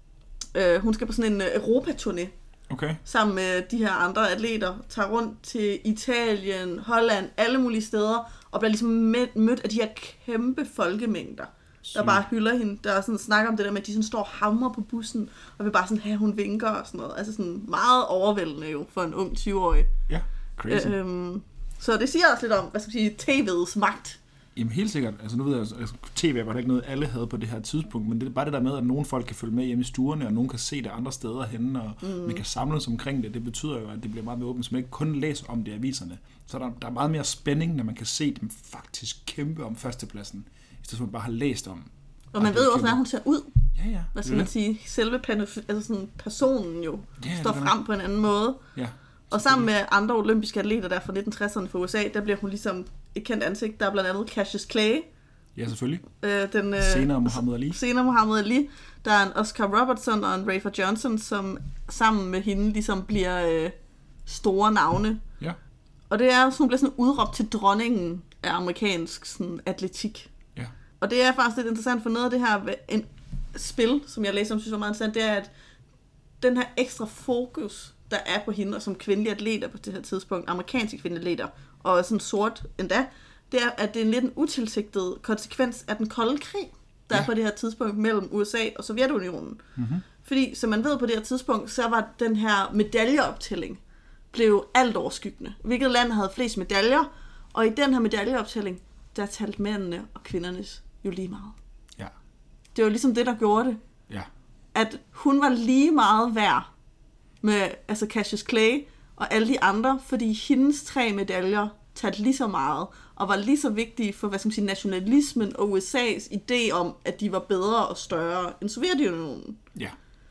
Hun skal på sådan en Europa-turné. Okay. Sammen med de her andre atleter, tager rundt til Italien, Holland, alle mulige steder, og bliver ligesom mødt af de her kæmpe folkemængder, der bare hylder hende. Der er sådan snak om det der med, at de sådan står og hamrer på bussen, og vil bare sådan have, hun vinker og sådan noget. Altså sådan meget overvældende jo for en ung 20-årig. Ja, crazy. Så det siger også lidt om, hvad skal man sige, TV's magt Jamen helt sikkert. Altså nu ved jeg, altså, tv var der ikke noget, alle havde på det her tidspunkt, men det er bare det der med, at nogle folk kan følge med hjemme i stuerne, og nogen kan se det andre steder henne, og man kan samles omkring det. Det betyder jo, at det bliver meget mere åbent, så man ikke kun læser om det i aviserne. Så der er meget mere spænding, når man kan se dem faktisk kæmpe om førstepladsen, i stedet for at man bare har læst om. Og man ved jo også, hvordan hun ser ud. Ja. Hvad skal man sige? Selve altså sådan, personen jo står frem på en anden måde. Ja. Og sammen med andre olympiske atleter der fra 1960'erne for USA, der bliver hun ligesom et kendt ansigt. Der er blandt andet Cassius Clay. Ja, selvfølgelig. Senere Muhammad Ali. Senere Muhammad Ali. Der er en Oscar Robertson og en Rafer Johnson, som sammen med hende ligesom bliver store navne. Ja. Og det er, hun bliver sådan udråbt til dronningen af amerikansk sådan, atletik. Ja. Og det er faktisk lidt interessant, for noget af det her en spil, som jeg læser om, synes var meget interessant, det er, at den her ekstra fokus, der er på hende, og som kvindelige atleter på det her tidspunkt, amerikanske kvindelige atleter, og sådan sort endda, det er, at det er en lidt en utilsigtet konsekvens af den kolde krig, der er på det her tidspunkt mellem USA og Sovjetunionen. Mm-hmm. Fordi, som man ved på det her tidspunkt, så var den her medaljeoptælling blev alt overskyggende. Hvilket land havde flest medaljer, og i den her medaljeoptælling, der talte mændene og kvindernes jo lige meget. Ja. Det var ligesom det, der gjorde det. Ja. At hun var lige meget værd med altså Cassius Clay og alle de andre, fordi hendes 3 medaljer talte lige så meget, og var lige så vigtige for, hvad skal man sige, nationalismen og USA's idé om, at de var bedre og større end Sovjetunionen. Ja.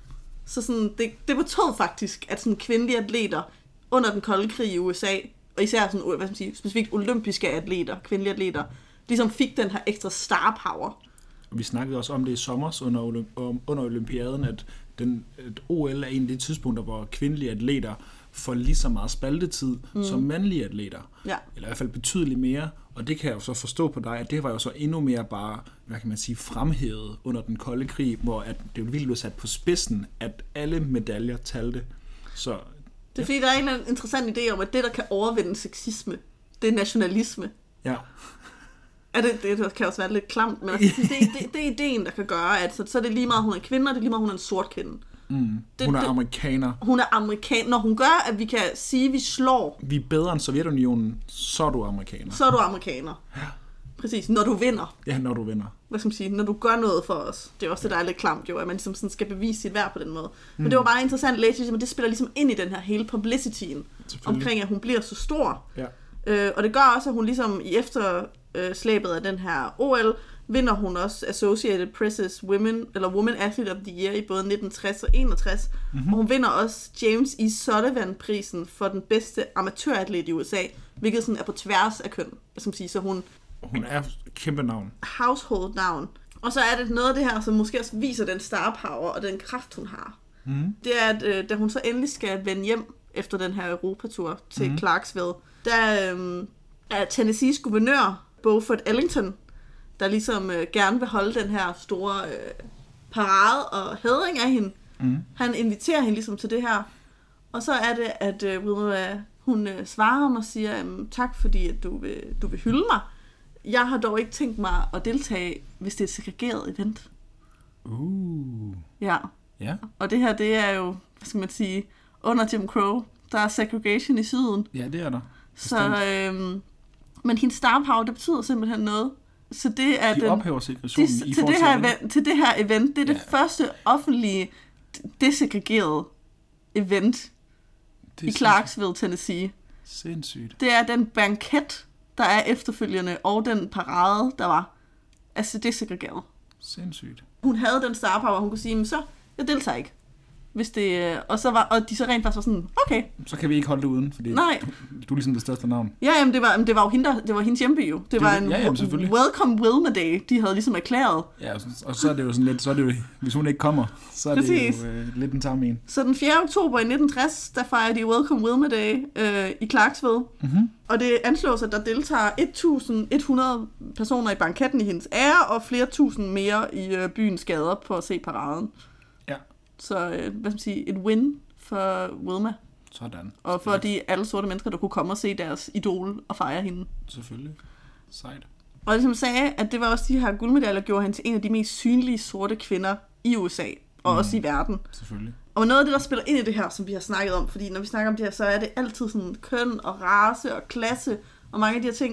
Så sådan, det betød faktisk, at sådan kvindelige atleter under den kolde krig i USA, og især sådan, hvad skal man sige, specifikt olympiske atleter, kvindelige atleter, ligesom fik den her ekstra star power. Og vi snakkede også om det i sommer under olympiaden, at OL er en af de tidspunkter, hvor kvindelige atleter får lige så meget spaltetid som mandlige atleter. Ja. Eller i hvert fald betydeligt mere. Og det kan jeg jo så forstå på dig, at det var jo så endnu mere bare, hvad kan man sige, fremhævet under den kolde krig, hvor at det virkelig blev sat på spidsen, at alle medaljer talte. Så det er fordi, der er en interessant idé om, at det, der kan overvinde sexisme, det er nationalisme. Ja. Det kan også være lidt klamt, men altså, det er ideen, der kan gøre, at så er det lige meget, hun er kvinde, og det er lige meget, hun er en sort kvinde. Hun er amerikaner. Hun er amerikaner. Når hun gør, at vi kan sige, at vi slår... Vi er bedre end Sovjetunionen, så er du amerikaner. Så er du amerikaner. Ja. Præcis, når du vinder. Ja, når du vinder. Hvad skal man sige? Når du gør noget for os. Det er også det, der er lidt klamt jo, at man ligesom sådan skal bevise sit værd på den måde. Men det var bare interessant at læse, at det spiller ligesom ind i den her hele publicityen omkring, at hun bliver så stor. Ja. Og det gør også, at hun ligesom i efterslæbet af den her OL, vinder hun også Associated Press's Women Athlete of the Year i både 1960 og 61. Og hun vinder også James E. Sullivan-prisen for den bedste amatøratlet i USA, hvilket sådan er på tværs af køn. Så hun er kæmpe navn. Household navn. Og så er det noget af det her, som måske også viser den star power og den kraft, hun har. Det er, at da hun så endelig skal vende hjem efter den her Europatur til Clarksville, der er Tennessees guvernør, Beaufort Ellington, der ligesom gerne vil holde den her store parade og hædring af hende. Han inviterer hende ligesom til det her. Og så er det, at hun svarer ham og siger, tak fordi at du vil hylde mig. Jeg har dog ikke tænkt mig at deltage, hvis det er et segregeret event. Ja. Ja. Og det her, det er jo, hvad skal man sige, under Jim Crow. Der er segregation i syden. Ja, det er der. Så, men hendes star power, det betyder simpelthen noget. Så det er de ophæver segregationen i forhold til det her event. Det er det første offentlige desegregerede event i Clarksville, Tennessee. Sindssygt. Det er den banket, der er efterfølgende, og den parade, der var altså desegregeret. Sindssygt. Hun havde den star power, hun kunne sige, men så, jeg deltager ikke. Hvis det, og de så rent faktisk var sådan, okay. Så kan vi ikke holde det uden, fordi du er ligesom det største navn. Ja, jamen det var jo hende, det var hendes hjemby jo. Det var en welcome Wilma Day, de havde ligesom erklæret. Ja, og så er det jo sådan lidt, hvis hun ikke kommer, så er det jo lidt en tam en. Så den 4. oktober i 1960, der fejrer de Welcome Wilma Day i Clarksville. Og det anslås, at der deltager 1.100 personer i banketten i hendes ære, og flere tusind mere i byens gader på at se paraden. Ja. Så, hvad skal man sige, et win for Wilma. Sådan. Og for alle sorte mennesker, der kunne komme og se deres idol og fejre hende. Selvfølgelig. Sejt. Og ligesom sagde, at det var også de her guldmedaljer, gjorde hende til en af de mest synlige sorte kvinder i USA, og også i verden. Selvfølgelig. Og noget af det, der spiller ind i det her, som vi har snakket om, fordi når vi snakker om det her, så er det altid sådan køn og race og klasse, og mange af de her ting.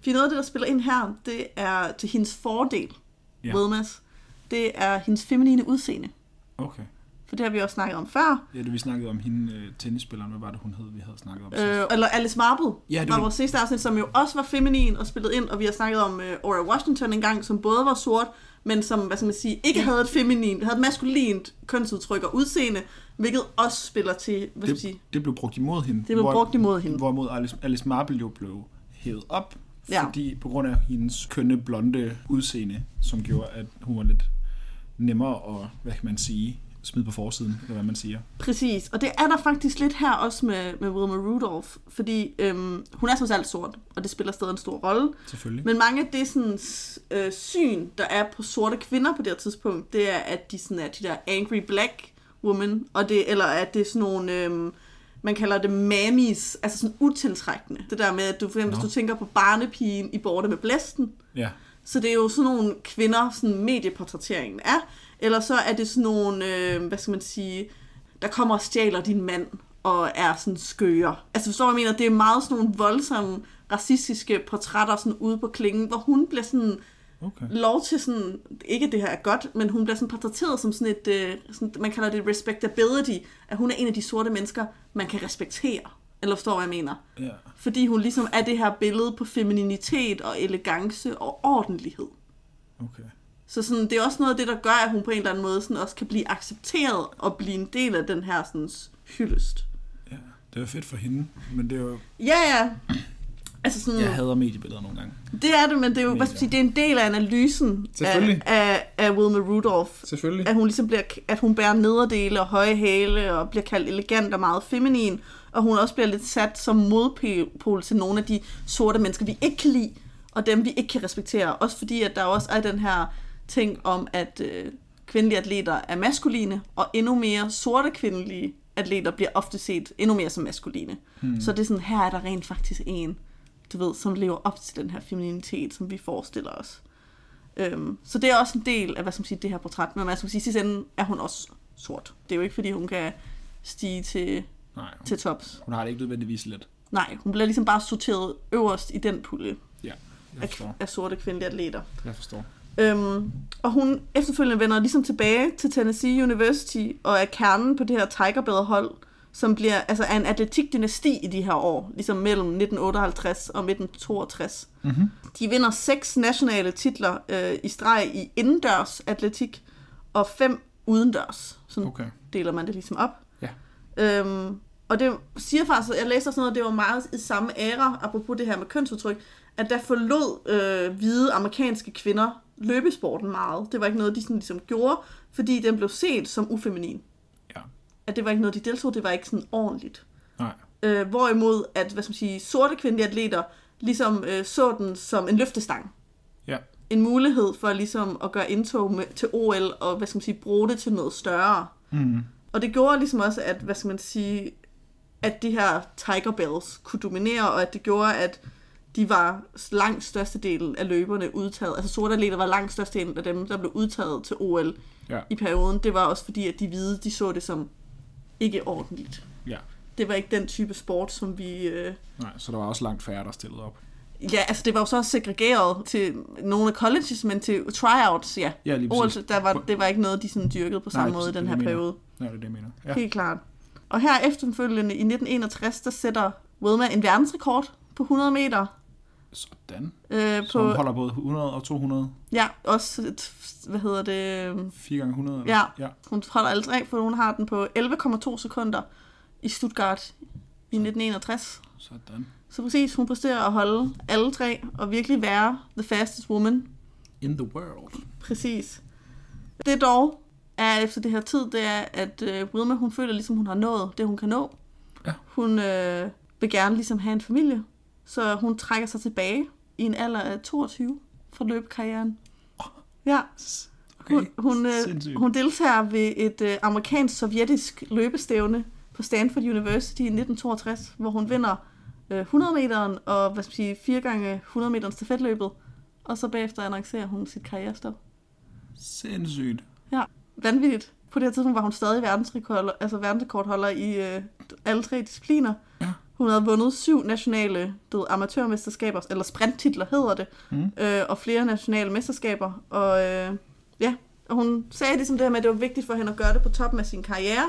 Fordi noget af det, der spiller ind her, det er til hendes fordel, Wilmas. Det er hendes feminine udseende. Okay. For det har vi også snakket om før. Ja, det vi snakkede om hende, tennisspilleren, hvad var det, hun hed, vi havde snakket om sidst? Eller Alice Marble, var vores sidste afsnit, som jo også var feminin og spillet ind, og vi har snakket om Ora Washington engang, som både var sort, men som, hvad skal man sige, ikke havde et feminint, havde et maskulint kønsudtryk og udseende, hvilket også spiller til, hvad skal man sige... Det blev brugt imod hende. Det blev brugt imod hende. Hvorimod Alice Marble jo blev hævet op, fordi på grund af hendes kønne, blonde udseende, som gjorde, at hun var lidt nemmere at, hvad kan man sige, smide på forsiden, eller hvad man siger. Præcis, og det er der faktisk lidt her også med Wilma Rudolph, fordi hun er så alt sort, og det spiller stadig en stor rolle. Selvfølgelig. Men mange af det sådan, syn, der er på sorte kvinder på det her tidspunkt, det er, at de sådan er de der angry black women, og det, eller at det er sådan nogle, man kalder det mammies, altså sådan utiltrækkende. Det der med, at du, for eksempel, hvis du tænker på barnepigen i Borte med blæsten, så det er jo sådan nogle kvinder, sådan medieportrætteringen er, eller så er det sådan nogle, hvad skal man sige, der kommer og stjæler din mand, og er sådan skøre. Altså forstår jeg mener, det er meget sådan nogle voldsomme, racistiske portrætter sådan ude på klingen, hvor hun bliver sådan lov til sådan, ikke det her er godt, men hun bliver sådan portrætteret som sådan et, sådan, man kalder det respectability, at hun er en af de sorte mennesker, man kan respektere. Eller forstår hvad jeg mener? Ja. Fordi hun ligesom er det her billede på femininitet og elegance og ordentlighed. Okay. Så sådan, det er også noget af det, der gør, at hun på en eller anden måde sådan også kan blive accepteret og blive en del af den her sådan, hyldest. Ja, det er fedt for hende, men det er jo... Ja. Altså sådan, jeg hader mediebilleder nogle gange. Det er det, men det er jo hvad skal jeg sige, det er en del af analysen af Wilma Rudolph. Selvfølgelig. At hun ligesom bliver, at hun bærer nederdele og høje hæle og bliver kaldt elegant og meget feminin, og hun også bliver lidt sat som modpol til nogle af de sorte mennesker, vi ikke kan lide, og dem vi ikke kan respektere. Også fordi, at der også er den her ting om, at kvindelige atleter er maskuline, og endnu mere sorte kvindelige atleter bliver ofte set endnu mere som maskuline. Så det er sådan, her er der rent faktisk en, du ved, som lever op til den her femininitet, som vi forestiller os. Så det er også en del af, hvad skal man sige, det her portræt. Men man skal sige, sidst ende er hun også sort. Det er jo ikke, fordi hun kan stige til tops. Hun har det ikke nødvendigvis let. Nej, hun bliver ligesom bare sorteret øverst i den pulje af sorte kvindelige atleter. Jeg forstår. Og hun efterfølgende vender ligesom tilbage til Tennessee University og er kernen på det her Tiger Bear-hold, som bliver altså er en atletikdynasti i de her år, ligesom mellem 1958 og 1962. Mm-hmm. De vinder 6 nationale titler i streg i indendørs atletik og 5 udendørs. Sådan deler man det ligesom op. Ja. Og det siger faktisk, jeg læser sådan noget, det var meget i samme æra, apropos det her med kønsudtryk, at der forlod hvide amerikanske kvinder løbesporten meget. Det var ikke noget, de sådan ligesom gjorde, fordi den blev set som ufeminin. Ja. At det var ikke noget, de deltog, det var ikke sådan ordentligt. Nej. Hvorimod, at hvad skal man sige, sorte kvindelige atleter ligesom så den som en løftestang. Ja. En mulighed for ligesom at gøre indtog til OL og hvad skal man sige, bruge det til noget større. Mm. Og det gjorde ligesom også, at hvad skal man sige, at de her Tiger Bells kunne dominere, og at det gjorde, at de var langt størstedelen af løberne udtaget. Altså sorte atleter var langt størstedelen af dem, der blev udtaget til OL i perioden. Det var også fordi, at de hvide, de så det som ikke ordentligt. Ja. Det var ikke den type sport, som vi... Nej, så der var også langt færre, der stillede op. Ja, altså det var jo så segregeret til nogle af colleges, men til tryouts, Ja, lige præcis. OL, det var ikke noget, de sådan dyrkede på samme måde i den her periode. Nej, det er det, jeg mener. Ja. Helt klart. Og her efterfølgende i 1961, der sætter Wilma en verdensrekord på 100 meter. Sådan. Så hun holder både 100 og 200? Ja, også, 4 gange 100? Eller? Ja, hun holder alle 3, for hun har den på 11,2 sekunder i Stuttgart i 1961. Sådan. Så præcis, hun præsterer at holde alle 3 og virkelig være the fastest woman. In the world. Præcis. Det dog er efter det her tid, det er, at Wilma, hun føler ligesom, hun har nået det, hun kan nå. Ja. Hun vil gerne ligesom have en familie, så hun trækker sig tilbage i en alder af 22 fra løbekarrieren. Ja. Okay. Hun deltager ved et amerikansk-sovjetisk løbestævne på Stanford University i 1962, hvor hun vinder 100 meteren og 4 gange 100 meteren stafetløbet, og så bagefter annoncerer hun sit karrierestop. Sindssygt. Ja, vanvittigt. På det her tidspunkt var hun stadig verdensrekordholder i alle 3 discipliner. Ja. Hun havde vundet 7 nationale amatørmesterskaber, eller sprinttitler hedder det, og flere nationale mesterskaber. Og hun sagde ligesom det her med, at det var vigtigt for hende at gøre det på toppen af sin karriere.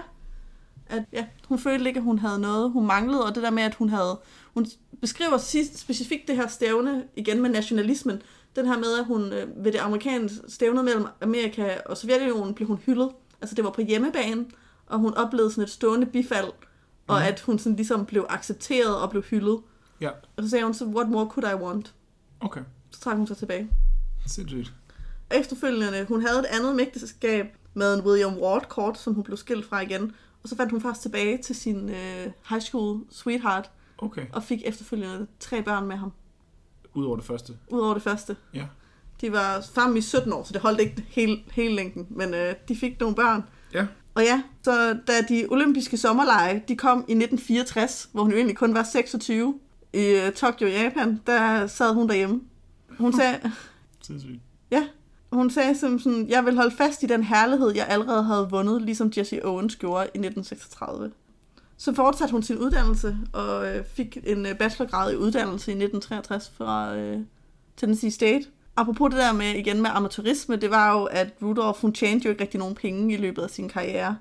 At hun følte ikke, at hun havde noget, hun manglede, og det der med, at hun beskriver specifikt det her stævne, igen med nationalismen, den her med, at hun ved det amerikanske stævne mellem Amerika og Sovjetunionen blev hun hyldet. Altså det var på hjemmebane, og hun oplevede sådan et stående bifald, og at hun sådan ligesom blev accepteret og blev hyldet. Ja. Og så sagde hun så, what more could I want? Okay. Så trak hun sig tilbage. Sindssygt. Efterfølgende, hun havde et andet mesterskab med en William Ward-kort, som hun blev skilt fra igen. Og så fandt hun først tilbage til sin high school sweetheart. Okay. Og fik efterfølgende 3 børn med ham. Udover det første? Udover det første. Ja. De var sammen i 17 år, så det holdt ikke hele længden. Men de fik nogle børn. Ja. Og ja, så da de olympiske sommerlege, de kom i 1964, hvor hun jo egentlig kun var 26, i Tokyo, Japan, der sad hun derhjemme. Hun sagde... Sindssygt. Ja, hun sagde sådan, jeg vil holde fast i den herlighed, jeg allerede havde vundet, ligesom Jesse Owens gjorde i 1936. Så fortsatte hun sin uddannelse og fik en bachelorgrad i uddannelse i 1963 fra Tennessee State. Apropos det der med, igen med amatørisme, det var jo, at Rudolph, hun tjente jo ikke rigtig nogen penge i løbet af sin karriere,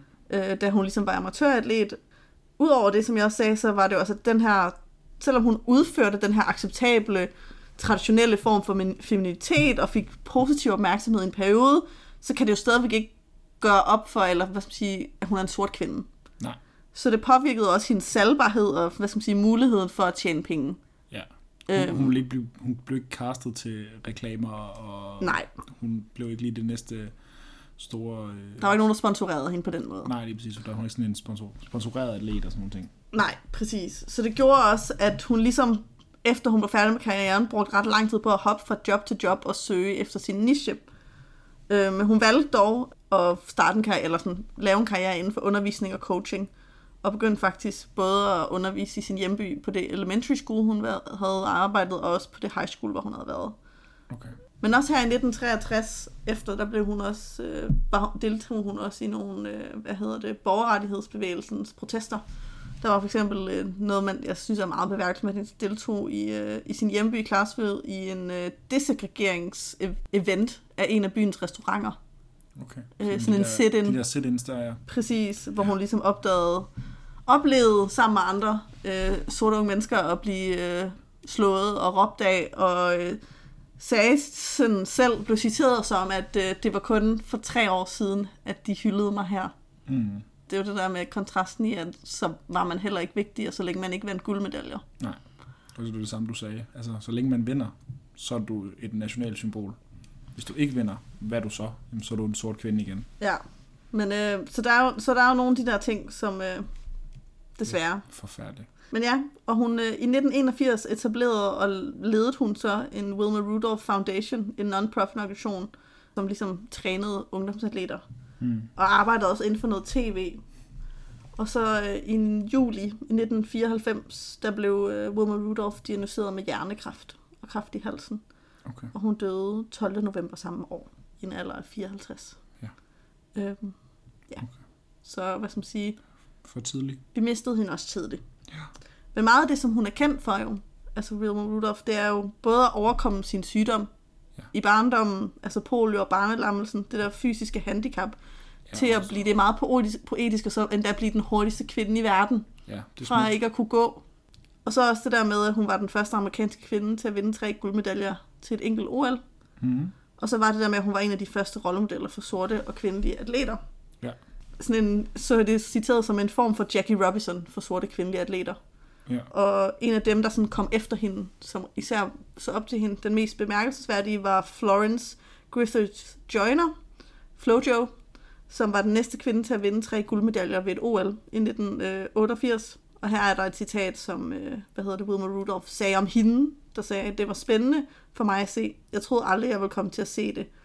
da hun ligesom var amatøratlet. Udover det, som jeg også sagde, så var det også, at den her, selvom hun udførte den her acceptable, traditionelle form for feminitet og fik positiv opmærksomhed i en periode, så kan det jo stadigvæk ikke gøre op for, eller hvad skal man sige, at hun er en sort kvinde. Nej. Så det påvirkede også hendes salgbarhed og hvad skal man sige, muligheden for at tjene penge. Ja. Hun blev ikke castet til reklamer, og nej. Hun blev ikke lige det næste store... Der var ikke nogen, der sponsorerede hende på den måde. Nej, lige præcis. Der var ikke sådan en sponsoreret atlet og sådan nogle ting. Nej, præcis. Så det gjorde også, at hun ligesom, efter hun var færdig med karrieren, brugte ret lang tid på at hoppe fra job til job og søge efter sin niche. Men hun valgte dog at starte en karriere, eller sådan, lave en karriere inden for undervisning og coaching, og begyndte faktisk både at undervise i sin hjemby på det elementary school, hun havde arbejdet, og også på det high school, hvor hun havde været. Okay. Men også her i 1963, efter der blev hun også, deltog hun også i nogle, borgerrettighedsbevægelsens protester. Der var for eksempel noget, jeg synes er meget beværkelsesværdigt, at hun deltog i sin hjemby i Clarksville i en desegregeringsevent af en af byens restauranter. Okay. Sådan en sit-in. De der sit-ins, der er... Præcis, hvor hun ligesom oplevede sammen med andre sorte unge mennesker at blive slået og råbt af, og sagde sådan selv, blev citeret som, at det var kun for 3 år siden, at de hyldede mig her. Mm. Det er jo det der med kontrasten i, at så var man heller ikke vigtig, og så længe man ikke vandt guldmedaljer. Nej, det er det samme, du sagde. Altså, så længe man vinder, så er du et nationalt symbol. Hvis du ikke vinder, hvad er du så? Jamen, så er du en sort kvinde igen. Ja, men så der er jo nogle af de der ting, som desværre... Forfærdeligt. Men ja, og hun i 1981 etablerede og ledede hun så en Wilma Rudolph Foundation, en non-profit organisation, som ligesom trænede ungdomsatleter. Og arbejdede også inden for noget tv. Og så i juli i 1994, der blev Wilma Rudolph diagnosticeret med hjernekræft og kræft i halsen. Okay. Og hun døde 12. november samme år, i en alder af 54. Ja. Ja. Okay. Så hvad skal man sige? For tidligt. Vi mistede hende også tidligt. Ja. Men meget af det, som hun er kendt for jo, altså Wilma Rudolph, det er jo både at overkomme sin sygdom i barndommen, altså polio og barnelammelsen, det der fysiske handicap, til at blive det meget poetisk, og så endda blive den hurtigste kvinde i verden, fra ikke at kunne gå. Og så også det der med, at hun var den første amerikanske kvinde til at vinde 3 guldmedaljer til et enkelt OL. Mm. Og så var det der med, at hun var en af de første rollemodeller for sorte og kvindelige atleter. Ja. Så er det citeret som en form for Jackie Robinson for sorte kvindelige atleter. Ja. Og en af dem, der sådan kom efter hende, som især så op til hende, den mest bemærkelsesværdige, var Florence Griffith Joyner, Flojo, som var den næste kvinde til at vinde 3 guldmedaljer ved et OL i 1988. Og her er der et citat, som Wilma Rudolph sagde om hende, der sagde, at det var spændende for mig at se. Jeg troede aldrig, jeg ville komme til at se det.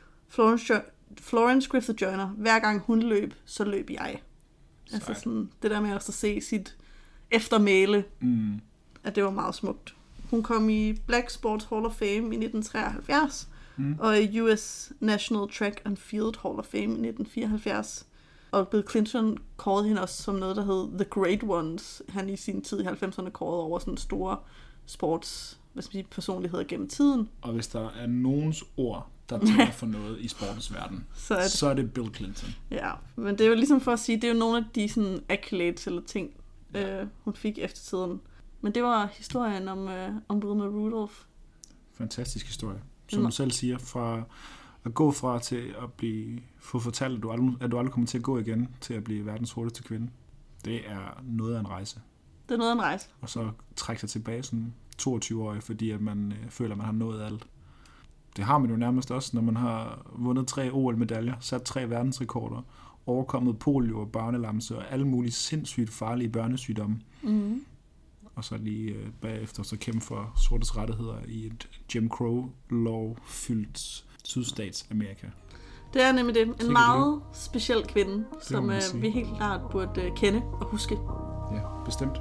Florence Griffith Joyner, hver gang hun løb, så løb jeg. Altså sådan, det der med også at se sit eftermæle, at det var meget smukt. Hun kom i Black Sports Hall of Fame i 1973, og i US National Track and Field Hall of Fame i 1974. Og Bill Clinton kårede hende også som noget, der hed The Great Ones. Han i sin tid i 90'erne kårede over sådan store sports personligheder gennem tiden. Og hvis der er nogens ord, der tager for noget i sportens verden, så er det Bill Clinton. Ja, men det er jo ligesom for at sige, det er jo nogle af de sådan accolades eller ting, hun fik efter tiden. Men det var historien om Wilma Rudolph. Fantastisk historie. Som du selv siger, fra at gå fra til at få fortalt, at du aldrig kommer til at gå igen, til at blive verdens hurtigste kvinde. Det er noget af en rejse. Det er noget af en rejse. Og så trække sig tilbage som 22-årig, fordi at man føler, at man har nået alt. Det har man jo nærmest også, når man har vundet 3 OL-medaljer, sat 3 verdensrekorder, overkommet polio og barnelamse og alle mulige sindssygt farlige børnesygdomme. Mm. Og så lige bagefter så kæmpe for sortes rettigheder i et Jim Crow-lov-fyldt sydstatsamerika. Det er nemlig det. En meget speciel kvinde, som vi helt klart burde kende og huske. Ja, bestemt.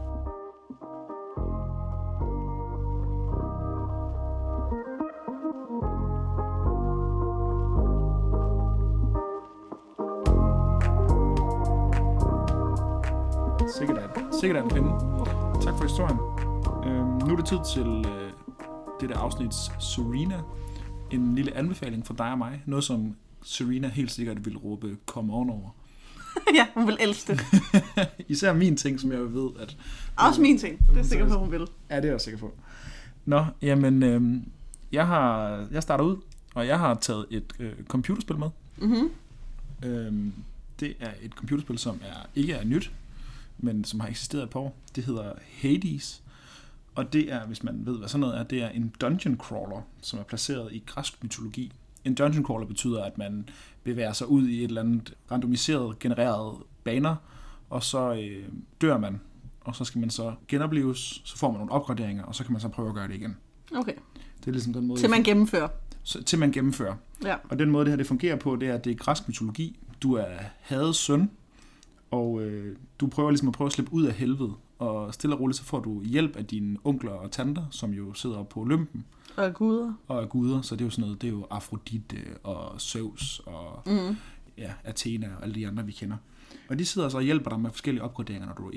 Sikkert er en kvinde. Tak for historien. Nu er det tid til det der afsnits Serena. En lille anbefaling for dig og mig. Noget, som Serena helt sikkert vil råbe come on over. Ja, hun vil elske det. Især min ting, som jeg ved, at... Også min ting. Det er sikkert, hvad hun vil. Ja, det er jeg sikker på. Nå, jamen, jeg starter ud, og jeg har taget et computerspil med. Mm-hmm. Det er et computerspil, som ikke er nyt, men som har eksisteret et par år. Det hedder Hades, og det er, hvis man ved, hvad sådan noget er, det er en dungeon crawler, som er placeret i græsk mytologi. En dungeon crawler betyder, at man bevæger sig ud i et eller andet randomiseret, genereret baner, og så dør man, og så skal man så genopleves, så får man nogle opgraderinger, og så kan man så prøve at gøre det igen. Okay. Det er ligesom den måde... Til man gennemfører. Til man gennemfører. Ja. Og den måde, det her det fungerer på, det er, at det er græsk mytologi. Du er Hades søn, og du prøver ligesom at slippe ud af helvede, og stille og roligt, så får du hjælp af dine onkler og tanter, som jo sidder på Olympen. Og er guder, så det er jo sådan noget, det er jo Afrodite og Zeus og Athena og alle de andre, vi kender. Og de sidder så og hjælper dig med forskellige opgraderinger, når du er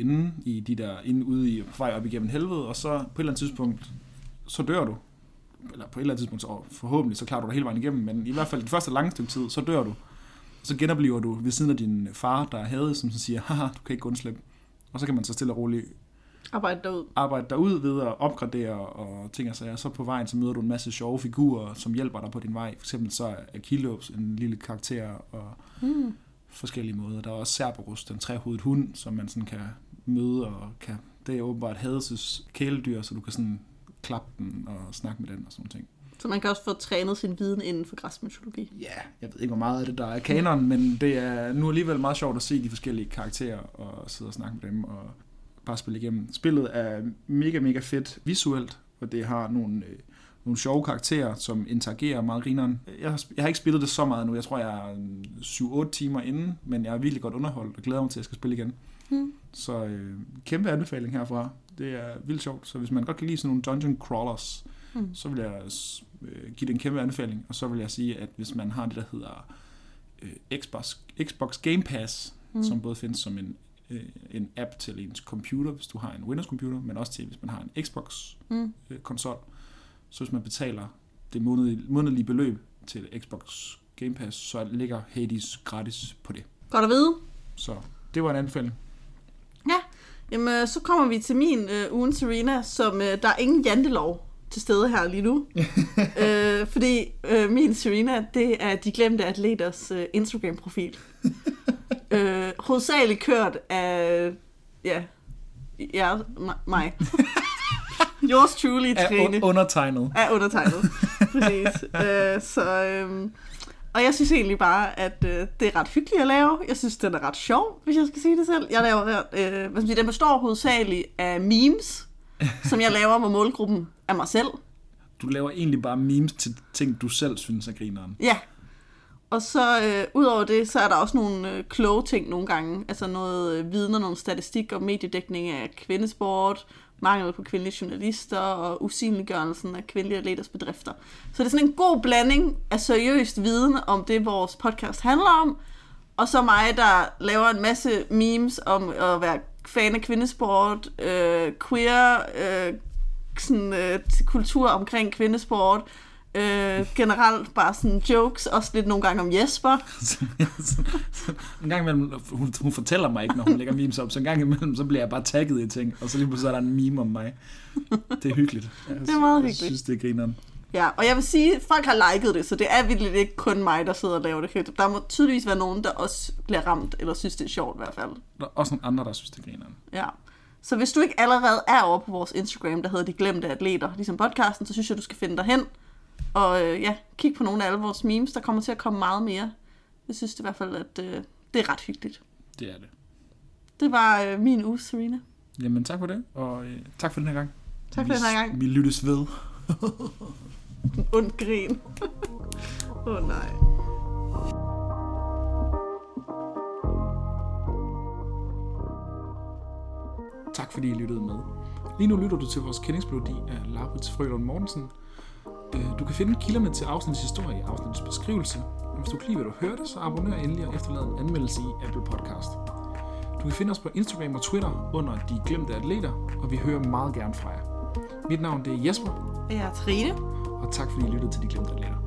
ude i vej op igennem helvede, og så på et eller andet tidspunkt, så dør du. Eller på et eller andet tidspunkt, så forhåbentlig, så klarer du dig hele vejen igennem, men i hvert fald det første lange stykke tid, så dør du. Så genoplever du ved siden af din far, der er Hades, som så siger, haha, du kan ikke undslippe. Og så kan man så stille og roligt arbejde derud ved at opgradere og ting og sager. Så på vejen, så møder du en masse sjove figurer, som hjælper dig på din vej. For eksempel så er Achilles en lille karakter og forskellige måder. Der er også Cerberus, den trehovedet hund, som man sådan kan møde og kan... Det er åbenbart Hades' kæledyr, så du kan sådan klappe den og snakke med den og sådan ting. Så man kan også få trænet sin viden inden for græsk mytologi. Ja, jeg ved ikke, hvor meget af det, der er kanon, men det er nu alligevel meget sjovt at se de forskellige karakterer og sidde og snakke med dem og bare spille igennem. Spillet er mega, mega fedt visuelt, og det har nogle sjove karakterer, som interagerer meget grineren. Jeg har ikke spillet det så meget nu. Jeg tror, jeg er 7-8 timer inden, men jeg er virkelig godt underholdt og glæder mig til, at jeg skal spille igen. Så kæmpe anbefaling herfra. Det er vildt sjovt, så hvis man godt kan lide sådan nogle dungeon crawlers, så vil jeg give det en kæmpe anbefaling, og så vil jeg sige, at hvis man har det, der hedder Xbox Game Pass, som både findes som en app til ens computer, hvis du har en Windows-computer, men også til, hvis man har en Xbox-konsol, så hvis man betaler det månedlige beløb til Xbox Game Pass, så ligger Hades gratis på det. Godt at vide. Så det var en anbefaling. Ja, jamen så kommer vi til min ugen Serena, som der er ingen jantelov til stede her lige nu. Fordi min Serena, det er de glemte atleters Instagram-profil. Hovedsageligt kørt af mig. Yours truly, Trine. Undertegnet. Af undertegnet. Præcis. Og jeg synes egentlig bare, at det er ret hyggeligt at lave. Jeg synes, den er ret sjov, hvis jeg skal sige det selv. Jeg laver, den består hovedsageligt af memes, som jeg laver med målgruppen af mig selv. Du laver egentlig bare memes til ting, du selv synes er grineren. Ja. Og så udover det, så er der også nogle kloge ting nogle gange. Altså noget viden og nogle statistik om mediedækning af kvindesport, mangel på kvindelige journalister og usynliggørelsen af kvindelige atleters bedrifter. Så det er sådan en god blanding af seriøst viden om det, vores podcast handler om, Og så mig, der laver en masse memes om at være fan af kvindesport, queer, kultur omkring kvindesport, generelt bare sådan jokes, også lidt nogle gange om Jesper. En gang imellem, hun fortæller mig ikke, når hun lægger memes op, så en gang imellem, så bliver jeg bare tagget i ting, og så lige pludselig er der en meme om mig. Det er hyggeligt. Det er meget hyggeligt. Jeg synes, det er grineren. Ja, og jeg vil sige, at folk har liket det, så det er virkelig ikke kun mig, der sidder og laver det. Der må tydeligvis være nogen, der også bliver ramt, eller synes, det er sjovt i hvert fald. Der er også nogle andre, der synes, det er grineren. Ja. Så hvis du ikke allerede er over på vores Instagram, der hedder De Glemte Atleter, ligesom podcasten, så synes jeg, du skal finde dig hen. Og kig på nogle af alle vores memes, der kommer til at komme meget mere. Jeg synes i hvert fald, at det er ret hyggeligt. Det er det. Det var min uge, Serena. Jamen tak for det, og tak for den her gang. Tak for den her gang. Vi lyttes ved. Und grin. Nej. Tak fordi I lyttede med. Lige nu lytter du til vores kendingsmelodi af Laurits Frølund Mortensen. Du kan finde kilderne til afsnitets historie i afsnittets beskrivelse. Og hvis du kan lide, hvad du hørte, så abonner endelig og efterlad en anmeldelse i Apple Podcast. Du kan finde os på Instagram og Twitter under De Glemte Atleter, og vi hører meget gerne fra jer. Mit navn det er Jesper. Jeg er Trine. Og tak fordi I lyttede til De Glemte Atleter.